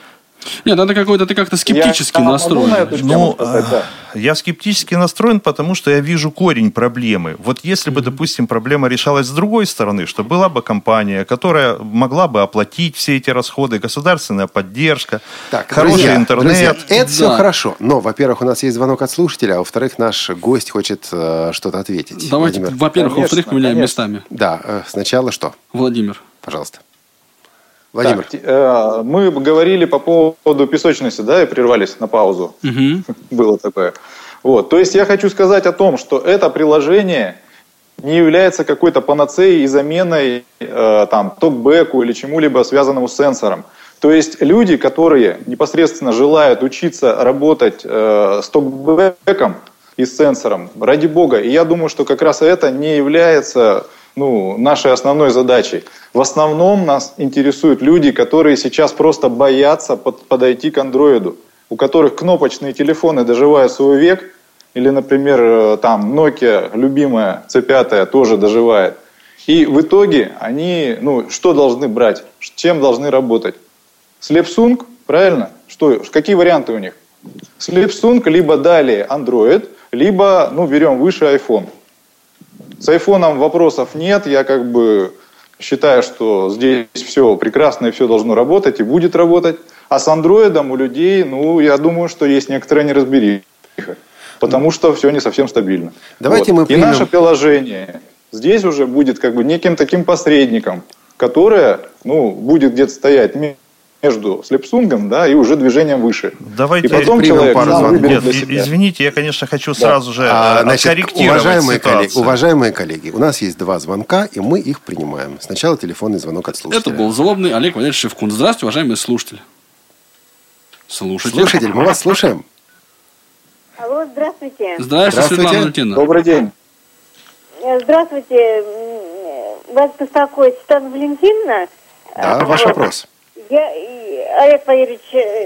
Нет, это какой-то ты как-то скептически я настроен.
Ну, да. Я скептически настроен, потому что я вижу корень проблемы. Вот если бы, допустим, проблема решалась с другой стороны, что была бы компания, которая могла бы оплатить все эти расходы, государственная поддержка,
так,
хороший
друзья,
интернет.
Друзья, это
да.
все хорошо. Но, во-первых, у нас есть звонок от слушателя, а во-вторых, наш гость хочет э, что-то ответить.
Давайте,
Владимир.
во-первых,
Конечно,
во-вторых, меняем
конечно.
местами.
Да, э, сначала что?
Владимир.
Пожалуйста. Владимир.
Так, э, мы говорили по поводу песочности, да, и прервались на паузу.
Угу.
Было такое. Вот. То есть я хочу сказать о том, что это приложение не является какой-то панацеей и заменой э, там, токбеку или чему-либо связанному с сенсором. То есть люди, которые непосредственно желают учиться работать э, с токбеком и с сенсором, ради бога, и я думаю, что как раз это не является ну, нашей основной задачей. В основном нас интересуют люди, которые сейчас просто боятся под, подойти к андроиду, у которых кнопочные телефоны доживают свой век, или, например, там Nokia, любимая си пять, тоже доживает. И в итоге они, ну, что должны брать, чем должны работать? Slipsung, правильно? Что, какие варианты у них? Slipsung, либо далее Android, либо, ну, берем выше iPhone. С айфоном вопросов нет, я как бы считая, что здесь все прекрасно и все должно работать и будет работать. А с андроидом у людей, ну, я думаю, что есть некоторая неразбериха. Потому что все не совсем стабильно.
Давайте
вот.
мы примем...
И наше приложение здесь уже будет как бы неким таким посредником, которое, ну, будет где-то стоять между слепсунгом, да, и уже движением выше.
Давайте
и потом человек сам выберет для себя.
Извините, я, конечно, хочу
да.
сразу же
а, значит,
откорректировать
уважаемые
ситуацию.
коллеги, уважаемые коллеги, у нас есть два звонка, и мы их принимаем. Сначала телефонный звонок от слушателя.
Это был злобный Олег Валерьевич Шевкун. Здравствуйте, уважаемые слушатели. Слушатель.
Слушатель, мы вас слушаем.
Алло, здравствуйте.
Здравствуйте,
Здравствуйте.
Светлана Валентиновна.
Добрый день.
Здравствуйте. Вас беспокоит Светлана Валентиновна.
Да, ваш вопрос.
Я, Олег Валерьевич,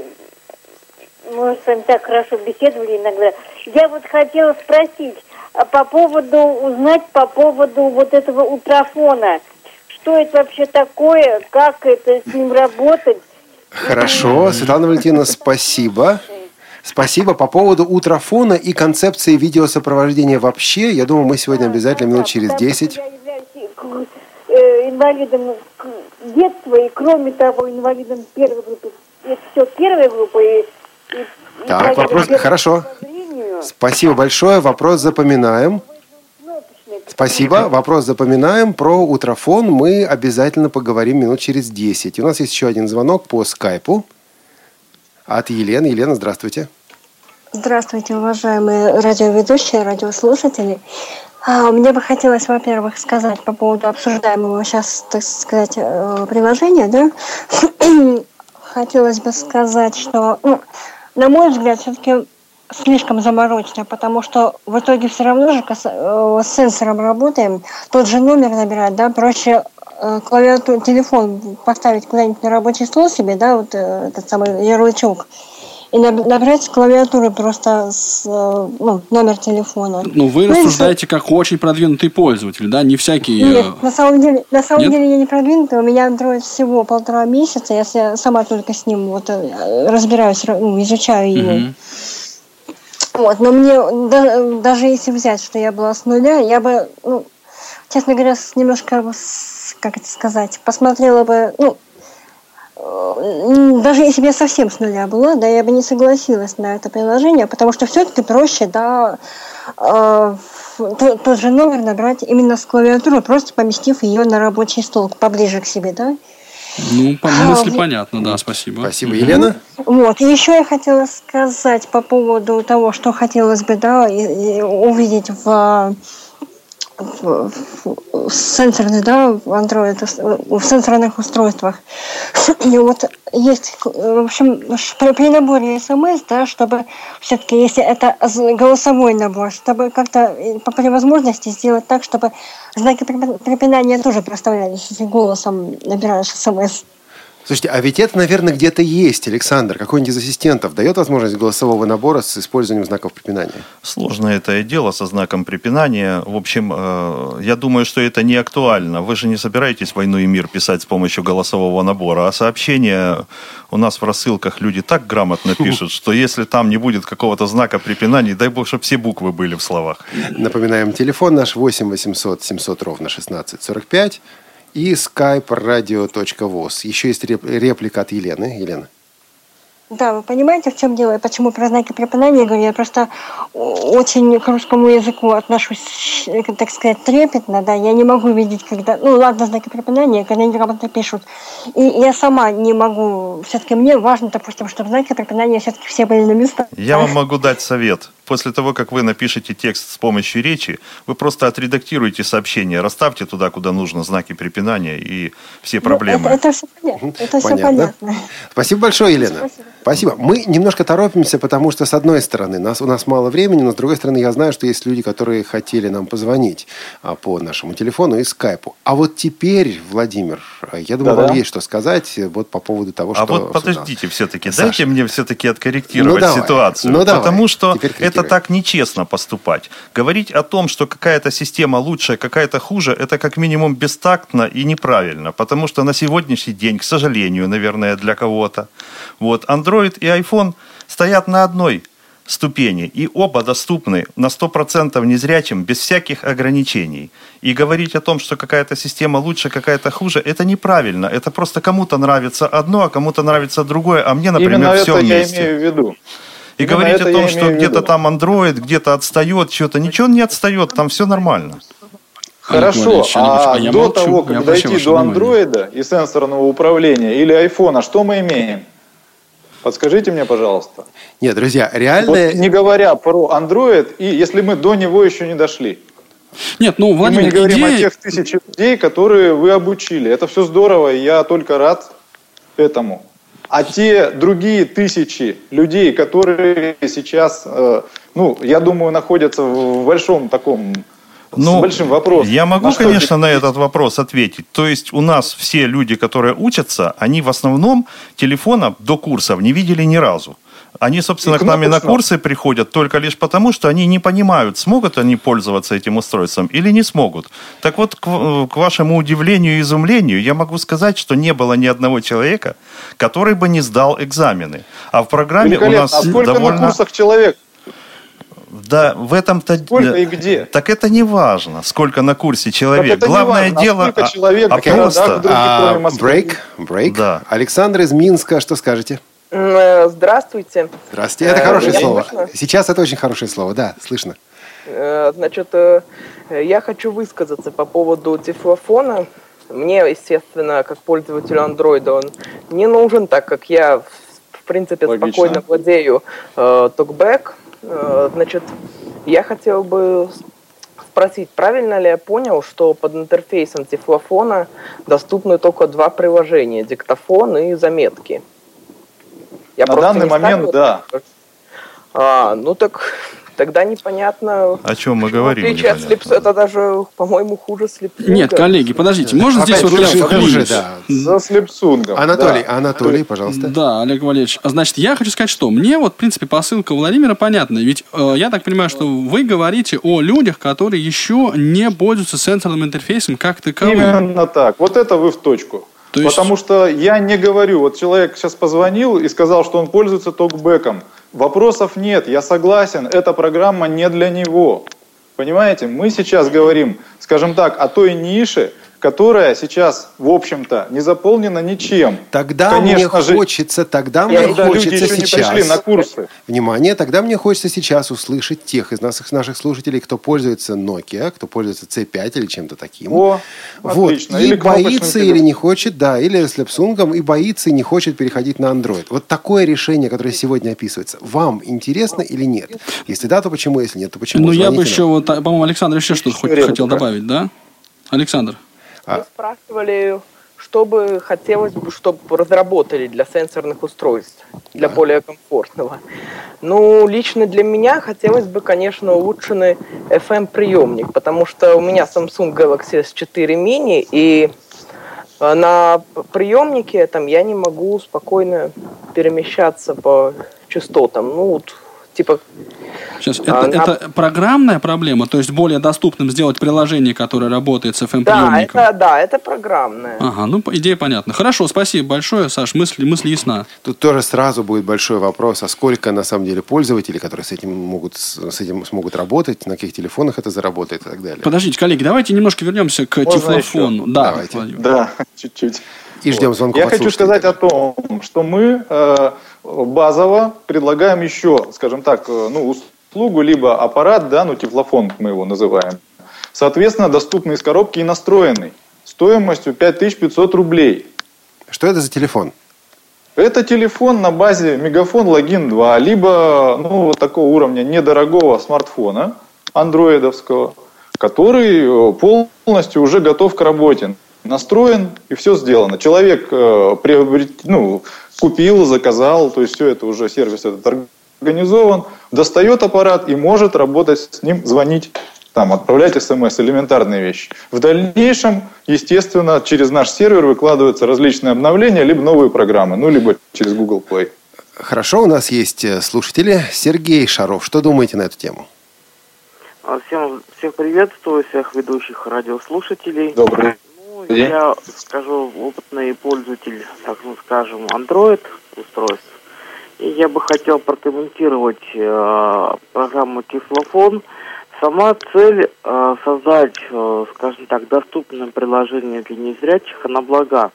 мы с вами так хорошо беседовали иногда. Я вот хотела спросить по поводу, узнать по поводу вот этого ультрафона. Что это вообще такое, как это с ним работать?
Хорошо, Светлана Валентиновна, спасибо. Спасибо. По поводу ультрафона и концепции видеосопровождения вообще, я думаю, мы сегодня обязательно минут через десять.
Я являюсь инвалидом детства, и кроме того, инвалидом первой группы. Это все первая группа. И, и
так, вопрос, хорошо. Спасибо большое. Вопрос запоминаем. Спасибо. Вопрос запоминаем. Про ультрафон мы обязательно поговорим минут через десять. У нас есть еще один звонок по скайпу от Елены. Елена, здравствуйте.
Здравствуйте, уважаемые радиоведущие, радиослушатели. А, мне бы хотелось, во-первых, сказать по поводу обсуждаемого сейчас, так сказать, приложения, да. Хотелось бы сказать, что, ну, на мой взгляд, все-таки слишком заморочено, потому что в итоге все равно же с сенсором работаем, тот же номер набирать, да, проще клавиатуру, телефон поставить куда-нибудь на рабочий стол себе, да, вот этот самый ярлычок, и набрать с клавиатуры просто с, ну, номер телефона.
Ну, вы ну, рассуждаете и... как очень продвинутый пользователь, да, не всякий...
Нет, на самом деле, на самом Нет? деле я не продвинутый, у меня Android всего полтора месяца, я сама только с ним вот разбираюсь, ну, изучаю его. Угу. Вот, но мне, да, даже если взять, что я была с нуля, я бы, ну, честно говоря, немножко, как это сказать, посмотрела бы, ну, даже если бы я совсем с нуля была, да, я бы не согласилась на это приложение, потому что все-таки проще, да, э, тот, тот же номер набрать именно с клавиатуры, просто поместив ее на рабочий стол поближе к себе, да.
Ну, по мысли а, понятно, да, спасибо.
Спасибо, Елена.
Вот, и еще я хотела сказать по поводу того, что хотелось бы, да, и, и увидеть в, в, в сенсорных, да, в Android, в сенсорных устройствах. И вот есть, в общем, при, при наборе смс, да, чтобы все-таки, если это голосовой набор, чтобы как-то при возможности сделать так, чтобы знаки препинания тоже проставлялись, если голосом набираешь смс.
Слушайте, а ведь это, наверное, где-то есть, Александр. Какой-нибудь из ассистентов дает возможность голосового набора с использованием знаков препинания?
Сложное это дело со знаком препинания. В общем, э, я думаю, что это не актуально. Вы же не собираетесь «Войну и мир» писать с помощью голосового набора. А сообщения у нас в рассылках люди так грамотно пишут, что если там не будет какого-то знака препинания, дай бог, чтобы все буквы были в словах.
Напоминаем, телефон наш восемь восемьсот семьсот ровно шестнадцать сорок пять. И skype radio точка voz. Еще есть реплика от Елены. Елена.
Да, вы понимаете, в чем дело? Почему про знаки препинания говорю? Я просто очень к русскому языку отношусь, так сказать, трепетно, да. Я не могу видеть, когда... Ну, ладно, знаки препинания, когда они грамотно пишут. И я сама не могу... Все-таки мне важно, допустим, чтобы знаки препинания все-таки все были на местах.
Я вам могу дать совет. После того, как вы напишете текст с помощью речи, вы просто отредактируете сообщение, расставьте туда, куда нужно, знаки препинания и все проблемы.
Ну, это, это все понятно. Это понятно. Все понятно.
Спасибо большое, Елена. Спасибо. Спасибо. Мы немножко торопимся, потому что, с одной стороны, нас, у нас мало времени, но, с другой стороны, я знаю, что есть люди, которые хотели нам позвонить а, по нашему телефону и скайпу. А вот теперь, Владимир, я думаю,
Да-да.
вам есть что сказать вот по поводу того, что...
А вот подождите все-таки,
Саша.
дайте мне все-таки откорректировать
ну,
ситуацию.
Ну,
потому что
это
это так нечестно поступать. Говорить о том, что какая-то система лучше, какая-то хуже, это как минимум бестактно и неправильно. Потому что на сегодняшний день, к сожалению, наверное, для кого-то, вот, Android и iPhone стоят на одной ступени, и оба доступны на сто процентов незрячим, без всяких ограничений. И говорить о том, что какая-то система лучше, какая-то хуже, это неправильно. Это просто кому-то нравится одно, а кому-то нравится другое, а мне, например,
Именно
все
это
вместе.
я имею в виду.
И
Именно
говорить о том,
я
что где-то там Android, где-то отстает, что-то, ничего не отстает, там все нормально.
Хорошо, а, а до того, как дойти до андроида и сенсорного управления или айфона, что мы имеем? Подскажите мне, пожалуйста.
Нет, друзья, реально...
Вот не говоря про Android, и если мы до него еще не дошли.
Нет, ну, Владимир,
и мы не говорим
идея...
о тех тысячах людей, которые вы обучили. Это все здорово, и я только рад этому. А те другие тысячи людей, которые сейчас, э, ну, я думаю, находятся в большом таком...
Ну,
с большим вопросом.
Я могу,
на
конечно, на этот вопрос ответить. То есть у нас все люди, которые учатся, они в основном телефона до курсов не видели ни разу. Они, собственно, к нам на курсы приходят только лишь потому, что они не понимают, смогут они пользоваться этим устройством или не смогут. Так вот, к, к вашему удивлению и изумлению, я могу сказать, что не было ни одного человека, который бы не сдал экзамены. А в программе у нас
а сколько
довольно...
на курсах человек?
Да, в этом-то...
Сколько и где?
Так это не важно, сколько на курсе человек. Главное
важно,
дело...
А человек,
а
просто...
Брейк, брейк. Да. Александр из Минска, что скажете?
Здравствуйте.
Здравствуйте. Это хорошее Меня слово. Слышно? Сейчас это очень хорошее слово, да, слышно.
Значит, я хочу высказаться по поводу тифлофона. Мне, естественно, как пользователю андроида, он не нужен, так как я, в принципе, Логично. спокойно владею э, токбэк. Э, значит, я хотел бы спросить, правильно ли я понял, что под интерфейсом тифлофона доступны только два приложения: диктофон и заметки? Я
На данный момент, да.
А, ну так тогда непонятно.
О чем мы говорим?
Отличие от слепс, это даже, по-моему, хуже слепсунга.
Нет, коллеги, подождите, можно здесь вот прям
хуже, да.
За слепсунгом.
Анатолий,
да.
Анатолий, пожалуйста.
Да, Олег Валерьевич. Значит, я хочу сказать, что мне вот, в принципе, посылка Владимира понятна. Ведь э, я так понимаю, что вы говорите о людях, которые еще не пользуются сенсорным интерфейсом как таковым.
Именно так. Вот это вы в точку. То есть... Потому что я не говорю, вот человек сейчас позвонил и сказал, что он пользуется токбэком. Вопросов нет, я согласен, эта программа не для него. Понимаете, мы сейчас говорим, скажем так, о той нише, которая сейчас, в общем-то, не заполнена ничем.
Тогда
Конечно
мне
же,
хочется, тогда мне хочется
люди еще
сейчас.
не пришли на курсы.
Внимание, тогда мне хочется сейчас услышать тех из наших, наших слушателей, кто пользуется Nokia, кто пользуется си пять или чем-то таким.
О,
вот.
отлично.
И
или
боится или не хочет, да, или с Samsung, и боится и не хочет переходить на Android. Вот такое решение, которое сегодня описывается, вам интересно или нет? Если да, то почему? Если нет, то почему?
Ну, я бы еще, вот, по-моему, Александр еще что-то хотел добавить, да? Александр.
Вы спрашивали, что бы хотелось бы, чтобы разработали для сенсорных устройств, для да. более комфортного. Ну, лично для меня хотелось бы, конечно, улучшенный эф эм-приемник, потому что у меня Samsung Galaxy эс четыре mini, и на приемнике там я не могу спокойно перемещаться по частотам. Ну, вот, типа...
Сейчас, это, а, это на... программная проблема? То есть более доступным сделать приложение, которое работает с эф эм-приемником?
Да, это, да, это программная.
Ага, ну, идея понятна. Хорошо, спасибо большое, Саш, мысль, мысль ясна.
Тут тоже сразу будет большой вопрос, а сколько на самом деле пользователей, которые с этим могут, с этим смогут работать, на каких телефонах это заработает и так далее.
Подождите, коллеги, давайте немножко вернемся к
Можно
тифлофону.
Еще?
Да,
давайте. Да, чуть-чуть.
И ждем звонков.
Я хочу сказать о том, что мы э, базово предлагаем еще, скажем так, ну, услугу, либо аппарат, да, ну, тифлофон мы его называем, соответственно, доступный из коробки и настроенный, стоимостью пять тысяч пятьсот рублей.
Что это за телефон?
Это телефон на базе Мегафон Логин два, либо, ну, вот такого уровня недорогого смартфона, андроидовского, который полностью уже готов к работе. Настроен, и все сделано. Человек э, приобрет, ну, купил, заказал, то есть все это уже, сервис этот организован, достает аппарат и может работать с ним, звонить, там, отправлять смс, элементарные вещи. В дальнейшем, естественно, через наш сервер выкладываются различные обновления, либо новые программы, ну, либо через Google Play.
Хорошо, у нас есть слушатели. Сергей Шаров, что думаете на эту тему?
Всем, всех приветствую, всех ведущих радиослушателей.
Добрый.
Я скажу, опытный пользователь, так ну скажем, Android устройств. И я бы хотел прокомментировать э, программу «Тифлофон». Сама цель э, создать, э, скажем так, доступное приложение для незрячих, она блага.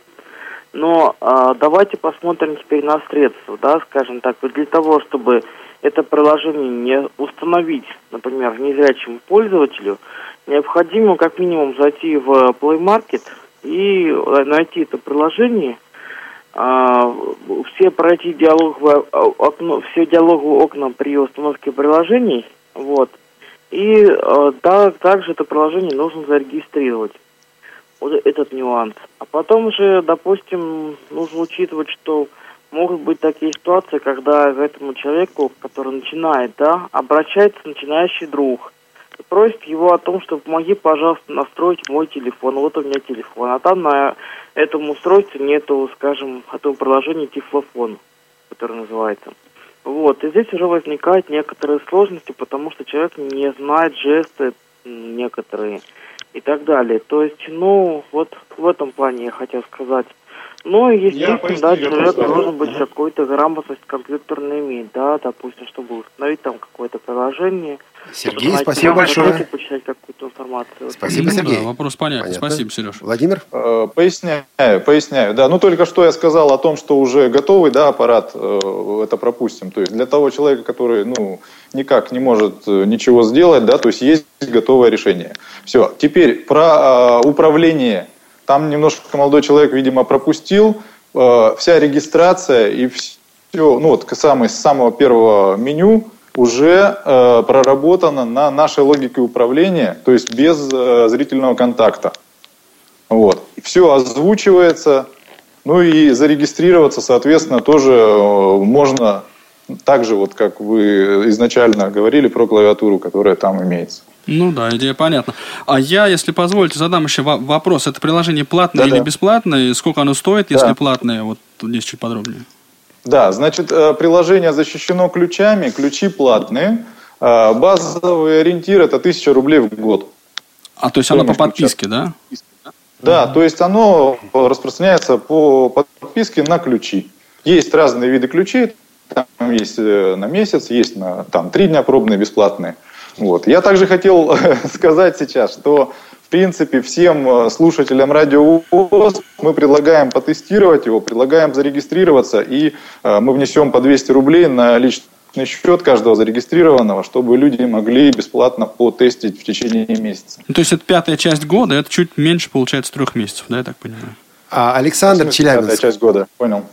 Но э, давайте посмотрим теперь на средства, да, скажем так, для того, чтобы это приложение не установить, например, незрячему пользователю, необходимо как минимум зайти в Play Market и найти это приложение, э, все пройти диалоговое окно, все диалоговые окна при установке приложений, вот. И э, да, также это приложение нужно зарегистрировать. Вот этот нюанс. А потом же, допустим, нужно учитывать, что могут быть такие ситуации, когда к этому человеку, который начинает, да, обращается начинающий друг и просит его о том, что помоги, пожалуйста, настроить мой телефон. Вот у меня телефон. А там на этом устройстве нету, скажем, этого приложения Тифлофон, которое называется. Вот, и здесь уже возникают некоторые сложности, потому что человек не знает жесты некоторые и так далее. То есть, ну, вот в этом плане я хотел сказать. Ну, и естественно, да, человек должен быть какой-то грамотность компьютерная иметь, да, допустим, чтобы установить там какое-то приложение.
Сергей, спасибо большое.
Почитать какую-то информацию.
Спасибо, Сергей.
Да, вопрос понятен.
Понятно.
Спасибо, Сереж.
Владимир?
Э, поясняю, поясняю. Да, ну только что я сказал о том, что уже готовый, да, аппарат, э, это пропустим. То есть для того человека, который, ну, никак не может ничего сделать, да, то есть есть готовое решение. Все. Теперь про э, управление. Там немножко молодой человек, видимо, пропустил. Э, вся регистрация и все, ну вот самый, с самого первого меню уже э, проработано на нашей логике управления, то есть без э, зрительного контакта. Вот. Все озвучивается, ну и зарегистрироваться, соответственно, тоже э, можно так же, вот как вы изначально говорили про клавиатуру, которая там имеется.
Ну да, идея понятна. А я, если позволите, задам еще вопрос. Это приложение платное
Да-да.
или бесплатное? Сколько оно стоит, если
Да.
платное? Вот здесь чуть подробнее.
Да, значит, приложение защищено ключами, ключи платные. Базовый ориентир – это тысяча рублей в год.
А, то есть оно по подписке, да?
Да, то есть оно распространяется по подписке на ключи. Есть разные виды ключей, там есть на месяц, есть на там, три дня пробные, бесплатные. Вот. Я также хотел сказать сейчас, что в принципе всем слушателям Радио ВОС мы предлагаем потестировать его, предлагаем зарегистрироваться, и э, мы внесем по двести рублей на личный счет каждого зарегистрированного, чтобы люди могли бесплатно потестить в течение месяца.
Ну, то есть это пятая часть года, это чуть меньше, получается, трех месяцев, да, я так понимаю?
А, Александр Челябинск.
Пятая часть года, понял.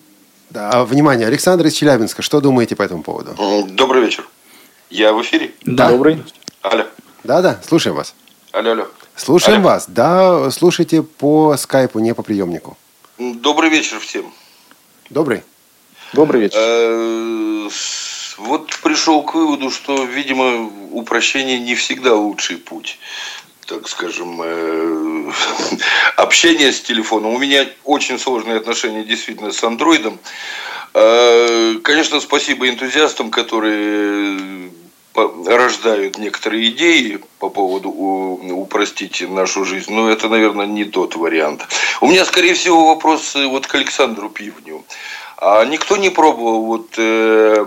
Да, внимание, Александр из Челябинска, что думаете по этому поводу?
Добрый вечер. Я в эфире?
Да.
Добрый.
Алло.
Да-да, слушаем вас.
Алло, алло.
Слушаем
алло.
вас. Да, слушайте по скайпу, не по приемнику.
Добрый вечер всем.
Добрый.
Добрый вечер.
Э, Вот пришел к выводу, что, видимо, упрощение не всегда лучший путь. Так скажем, э, общение с телефоном. У меня очень сложные отношения действительно с андроидом. Э, конечно, спасибо энтузиастам, которые рождают некоторые идеи по поводу упростить нашу жизнь. Но это, наверное, не тот вариант. У меня, скорее всего, вопрос вот к Александру Пивню. А никто не пробовал вот... Э,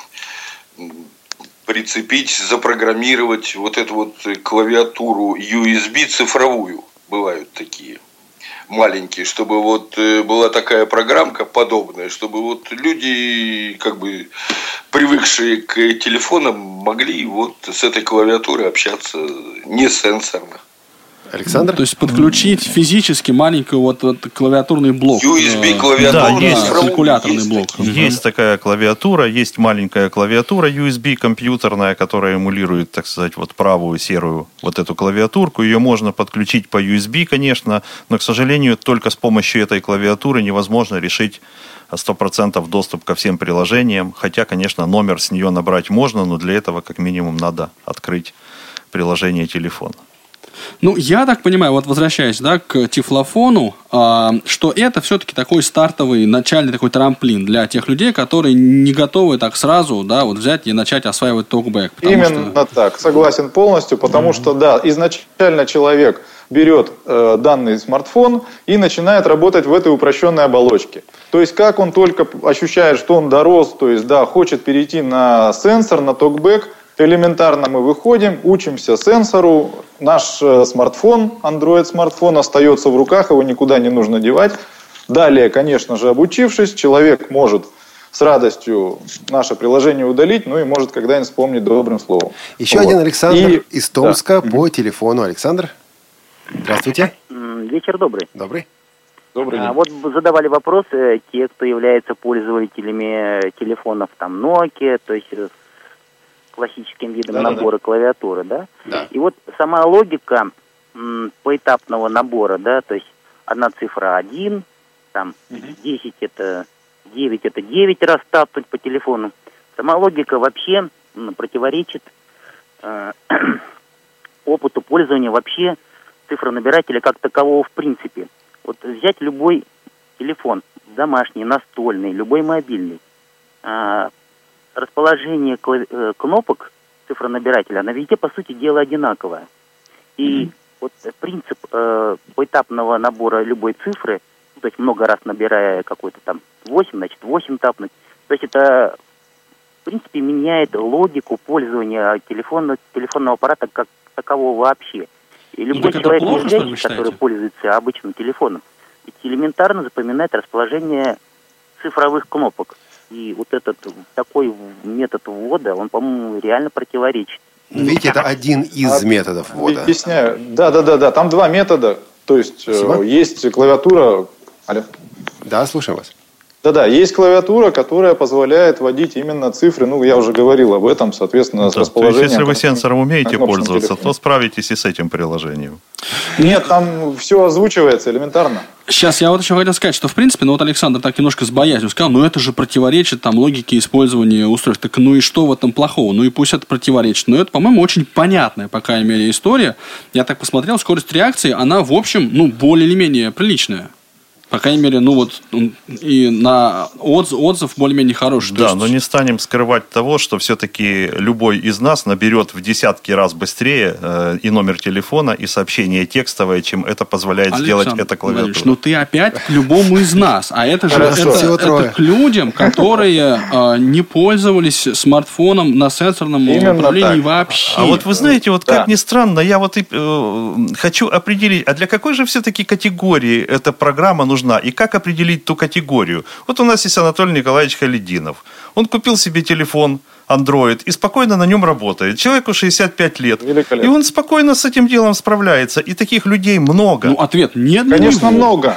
прицепить, запрограммировать вот эту вот клавиатуру ю эс би цифровую. Бывают такие маленькие, чтобы вот была такая программка подобная, чтобы вот люди, как бы привыкшие к телефонам, могли вот с этой клавиатурой общаться не сенсорно.
Александр?
То есть подключить физически маленький вот, вот клавиатурный блок.
ю эс би клавиатура,
да, есть,
калькуляторный
есть,
блок.
Есть такая клавиатура, есть маленькая клавиатура ю эс би компьютерная, которая эмулирует, так сказать, вот правую серую вот эту клавиатурку. Ее можно подключить по ю эс би, конечно, но, к сожалению, только с помощью этой клавиатуры невозможно решить сто процентов доступ ко всем приложениям. Хотя, конечно, номер с нее набрать можно, но для этого как минимум надо открыть приложение телефона.
Ну, я так понимаю, вот возвращаясь, да, к тифлофону, э, что это все-таки такой стартовый, начальный такой трамплин для тех людей, которые не готовы так сразу, да, вот взять и начать осваивать токбэк.
Именно что... так, согласен полностью, потому mm-hmm. что, да, изначально человек берет э, данный смартфон и начинает работать в этой упрощенной оболочке. То есть, как он только ощущает, что он дорос, то есть, да, хочет перейти на сенсор, на токбэк, элементарно мы выходим, учимся сенсору, наш э, смартфон, Android-смартфон остается в руках, его никуда не нужно девать. Далее, конечно же, обучившись, человек может с радостью наше приложение удалить, ну и может когда-нибудь вспомнить добрым словом.
Еще вот. Один Александр и... из Томска да. по телефону. Александр, здравствуйте.
Вечер добрый.
Добрый.
Добрый день.
А, вот задавали вопросы те, кто является пользователями телефонов там Nokia, то есть классическим видом да, набора да. клавиатуры, да?
Да.
И вот сама логика м, поэтапного набора, да, то есть одна цифра один, там угу. десять это девять, это девять раз тапнуть по телефону. Сама логика вообще м, противоречит э, опыту пользования вообще цифронабирателя как такового в принципе. Вот взять любой телефон, домашний, настольный, любой мобильный, э, расположение клав... кнопок цифронабирателя, оно везде, по сути дела, одинаковое. И mm-hmm. вот принцип э, поэтапного набора любой цифры, то есть много раз набирая какой-то там восемь, значит восемь тапнуть, то есть это, в принципе, меняет логику пользования телефона, телефонного аппарата как такового вообще. И любой ну, человек, плохо, незрячий, который пользуется обычным телефоном, ведь элементарно запоминает расположение цифровых кнопок. И вот этот такой метод ввода, он, по-моему, реально противоречит.
Видите, это один из а, методов ввода.
Объясняю. Да, да, да, да. Там два метода. То есть Спасибо. Есть клавиатура. Алло.
Да, слушаем вас.
Да-да, есть клавиатура, которая позволяет вводить именно цифры. Ну, я уже говорил об этом, соответственно, да, с расположением.
То есть, если вы сенсором умеете пользоваться, то справитесь и с этим приложением.
Нет, там все озвучивается элементарно.
Сейчас я вот еще хотел сказать, что в принципе, ну вот Александр так немножко с боязнью сказал, ну это же противоречит там логике использования устройств. Так ну и что в этом плохого? Ну и пусть это противоречит. Но это, по-моему, очень понятная, по крайней мере, история. Я так посмотрел, скорость реакции, она в общем, ну, более или менее приличная. По крайней мере, ну вот, и на отзыв, отзыв более-менее хороший.
Да,
есть...
но не станем скрывать того, что все-таки любой из нас наберет в десятки раз быстрее э, и номер телефона, и сообщение текстовое, чем это позволяет Александр сделать эта клавиатура.
Ну ты опять к любому из нас. А это же это, это к людям, которые э, не пользовались смартфоном на сенсорном Именно управлении так. вообще.
А вот вы знаете, вот да. как ни странно, я вот и, э, хочу определить, а для какой же все-таки категории эта программа нужна? И как определить ту категорию? Вот у нас есть Анатолий Николаевич Халидинов. Он купил себе телефон Android и спокойно на нем работает. Человеку шестьдесят пять лет. И он спокойно с этим делом справляется. И таких людей много.
Ну, ответ нет.
Конечно, много.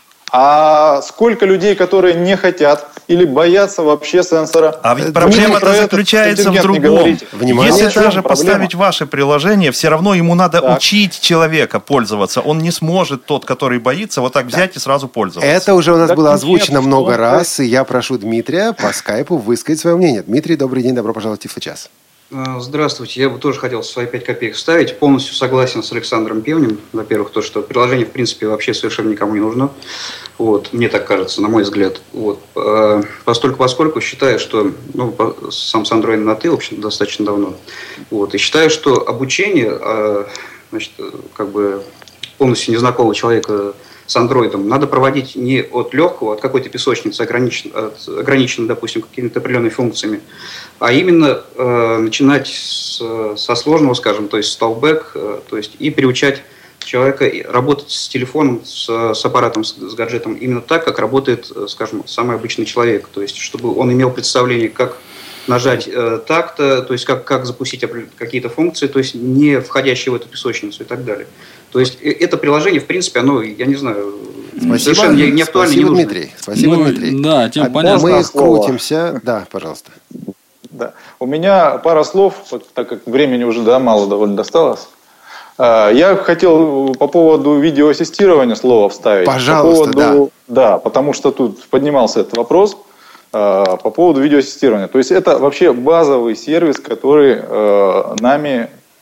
А сколько людей, которые не хотят или боятся вообще сенсора?
А ведь проблема-то заключается в другом. Если даже поставить ваше приложение, все равно ему надо так. учить человека пользоваться. Он не сможет, тот, который боится, вот так взять да. и сразу пользоваться.
Это уже у нас так было озвучено нет, много раз, и я прошу Дмитрия по скайпу высказать свое мнение. Дмитрий, добрый день, добро пожаловать в Тифлочас.
Здравствуйте. Я бы тоже хотел свои пять копеек вставить. Полностью согласен с Александром Певнем. Во-первых, то, что приложение, в принципе, вообще совершенно никому не нужно. Вот, мне так кажется, на мой взгляд. Вот. Постольку поскольку считаю, что ну, сам с Android на «ты», в общем, достаточно давно. Вот. И считаю, что обучение значит, как бы полностью незнакомого человека с андроидом надо проводить не от легкого, от какой-то песочницы, ограниченной, ограниченной, допустим, какими-то определенными функциями, а именно э, начинать с, со сложного, скажем, то есть с talkback, э, то есть и приучать человека работать с телефоном, с, с аппаратом, с, с гаджетом именно так, как работает, скажем, самый обычный человек, то есть чтобы он имел представление, как нажать э, так-то, то есть как, как запустить какие-то функции, то есть не входящие в эту песочницу и так далее. То есть это приложение, в принципе, оно, я не знаю,
Спасибо.
совершенно не, не актуально,
Спасибо,
не нужно.
Дмитрий. Спасибо,
ну,
Дмитрий.
Да, тем
а
понятно.
Мы крутимся. Да, пожалуйста.
Да. У меня пара слов, вот, так как времени уже да, мало довольно досталось. Я хотел по поводу видеоассистирования слово вставить.
Пожалуйста,
по поводу, да. Да, потому что тут поднимался этот вопрос по поводу видеоассистирования. То есть это вообще базовый сервис, который нами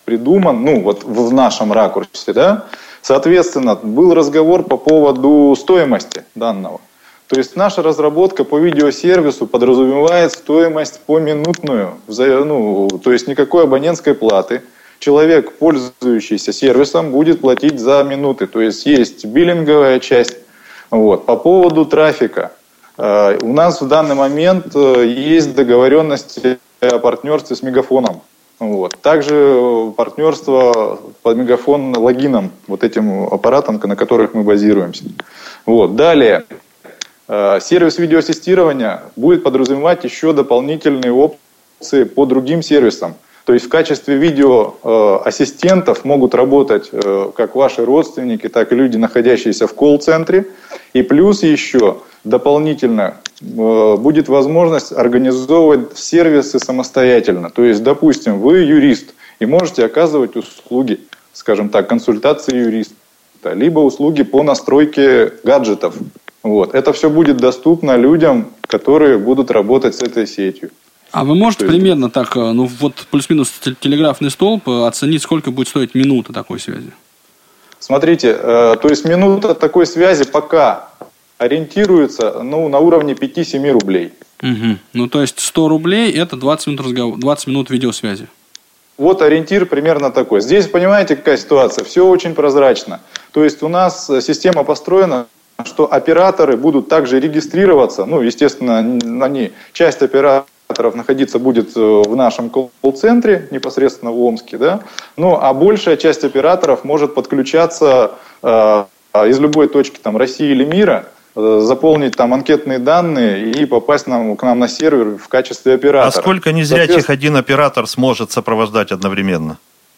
придуман, ну, вот в нашем ракурсе, да. Соответственно, был разговор по поводу стоимости данного. То есть наша разработка по видеосервису подразумевает стоимость поминутную, ну, то есть никакой абонентской платы. Человек, пользующийся сервисом, будет платить за минуты. То есть есть биллинговая часть. Вот. По поводу трафика. Э, у нас в данный момент есть договоренности о партнерстве с Мегафоном. Вот. Также партнерство по Мегафон логинам, вот этим аппаратам, на которых мы базируемся. Вот. Далее. Сервис видеоассистирования будет подразумевать еще дополнительные опции по другим сервисам. То есть в качестве видеоассистентов могут работать как ваши родственники, так и люди, находящиеся в колл-центре. И плюс еще дополнительно будет возможность организовывать сервисы самостоятельно. То есть, допустим, вы юрист и можете оказывать услуги, скажем так, консультации юриста, либо услуги по настройке гаджетов. Вот. Это все будет доступно людям, которые будут работать с этой сетью.
А вы можете есть... примерно так, ну вот плюс-минус телеграфный столб, оценить, сколько будет стоить минута такой связи?
Смотрите, э, то есть минута такой связи пока ориентируется ну, на уровне пять-семь рублей.
Угу. Ну то есть сто рублей это двадцать минут, разговор... двадцать минут видеосвязи.
Вот ориентир примерно такой. Здесь, понимаете, какая ситуация? Все очень прозрачно. То есть у нас система построена, что операторы будут также регистрироваться, ну, естественно, они, часть операторов находиться будет в нашем колл-центре, непосредственно в Омске, да, ну, а большая часть операторов может подключаться э, из любой точки там, России или мира, э, заполнить там анкетные данные и попасть нам, к нам на сервер в качестве оператора.
А сколько незрячих один оператор сможет сопровождать одновременно?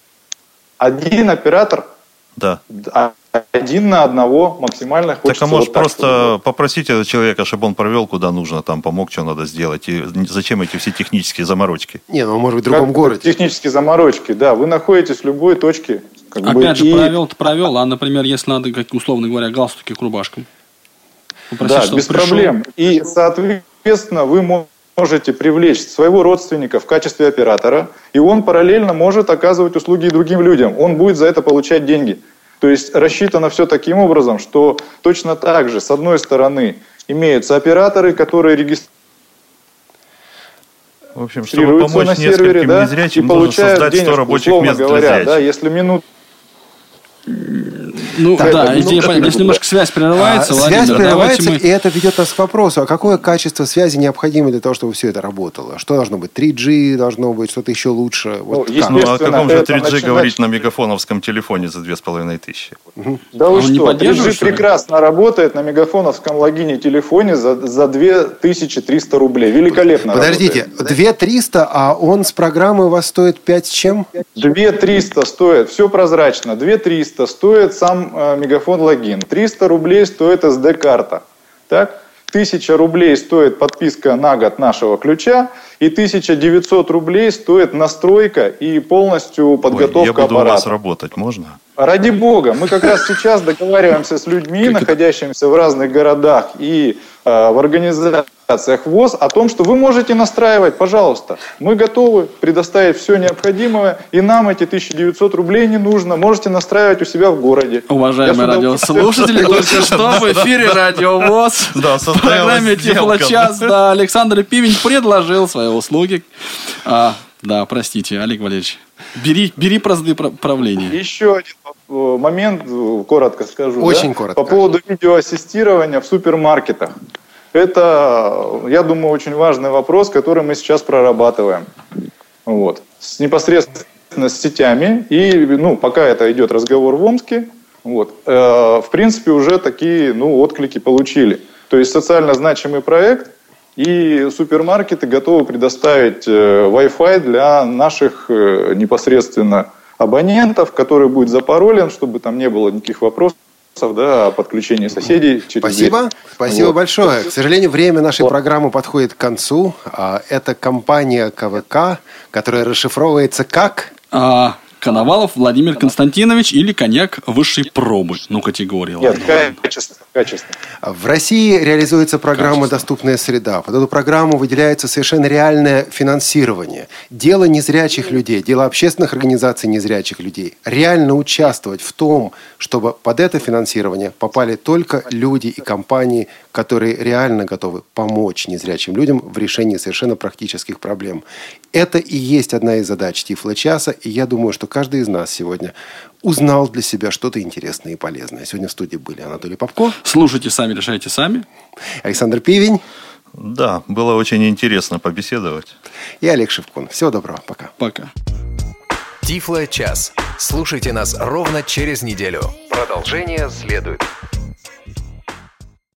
Один оператор?
Да.
Один на одного максимально хочется.
Так, а может
вот так,
просто
чтобы...
попросить этого человека, чтобы он провел куда нужно, там помог, что надо сделать. И зачем эти все технические заморочки?
Не, ну может быть в другом
как
городе.
Технические заморочки, да. Вы находитесь в любой точке. Как
Опять
бы,
же,
и...
провел-то провел, а, например, если надо, как условно говоря, галстуки к рубашкам.
Попросить, да, без пришел. Проблем. И, соответственно, вы можете привлечь своего родственника в качестве оператора, и он параллельно может оказывать услуги и другим людям. Он будет за это получать деньги. То есть рассчитано все таким образом, что точно так же, с одной стороны, имеются операторы, которые регистрируются
в общем, чтобы помочь
на сервере, да,
незрячим,
и получают
создать
денежку,
сто рабочих мест
говоря,
для зрячих.
Да, если минут...
Ну так, да, идея ну, понятна. Если немножко связь прерывается,
а,
Владимир,
связь прерывается,
мы...
и это ведет нас к вопросу, а какое качество связи необходимо для того, чтобы все это работало? Что должно быть? три джи должно быть, что-то еще лучше? Вот
ну,
ну, о каком же три джи начинать... говорить на мегафоновском телефоне за две с половиной тысячи?
Угу. Да вы что, три джи прекрасно работает на мегафоновском логине телефоне за, за две тысячи триста рублей. Великолепно.
Подождите, две тысячи триста, а он с программой у вас стоит пять с чем?
две тысячи триста стоит, все прозрачно. две тысячи триста стоит сам э, мегафон логин. триста рублей стоит эс ди-карта. Так? тысяча рублей стоит подписка на год нашего ключа, и тысяча девятьсот рублей стоит настройка и полностью подготовка
Ой, я буду
аппарата.
у вас работать, можно?
Ради бога, мы как раз сейчас договариваемся с людьми, находящимися в разных городах и э, в организациях ВОС, о том, что вы можете настраивать, пожалуйста. Мы готовы предоставить все необходимое, и нам эти тысяча девятьсот рублей не нужно. Можете настраивать у себя в городе.
Уважаемые радиослушатели, только что в эфире Радио ВОС в программе Тифлочас. Да, Александр Пивень предложил свои услуги. А, да, простите, Олег Валерьевич. Бери, бери бразды правления.
Еще один момент, коротко скажу.
Очень
да?
коротко.
По поводу видеоассистирования в супермаркетах. Это, я думаю, очень важный вопрос, который мы сейчас прорабатываем. Вот. С, непосредственно с сетями. И ну, пока это идет разговор в Омске, вот, э, в принципе, уже такие ну, отклики получили. То есть социально значимый проект. И супермаркеты готовы предоставить э, Wi-Fi для наших э, непосредственно абонентов, который будет запаролен, чтобы там не было никаких вопросов, да, о подключении соседей. Через
Спасибо.
дверь.
Спасибо
вот.
большое. К сожалению, время нашей программы подходит к концу. Это компания ка вэ ка, которая расшифровывается как...
А... Коновалов Владимир Константинович или коньяк высшей пробы? Ну, категория.
Нет, качество, качество.
В России реализуется программа «Доступная среда». Под эту программу выделяется совершенно реальное финансирование. Дело незрячих людей, дело общественных организаций незрячих людей. Реально участвовать в том, чтобы под это финансирование попали только люди и компании, которые реально готовы помочь незрячим людям в решении совершенно практических проблем. Это и есть одна из задач Тифло-часа, и я думаю, что каждый из нас сегодня узнал для себя что-то интересное и полезное. Сегодня в студии были Анатолий Попко.
Слушайте сами, решайте сами.
Александр Пивень.
Да, было очень интересно побеседовать.
И Олег Шевкун. Всего доброго. Пока.
Пока.
Тифло-час. Слушайте нас ровно через неделю. Продолжение следует.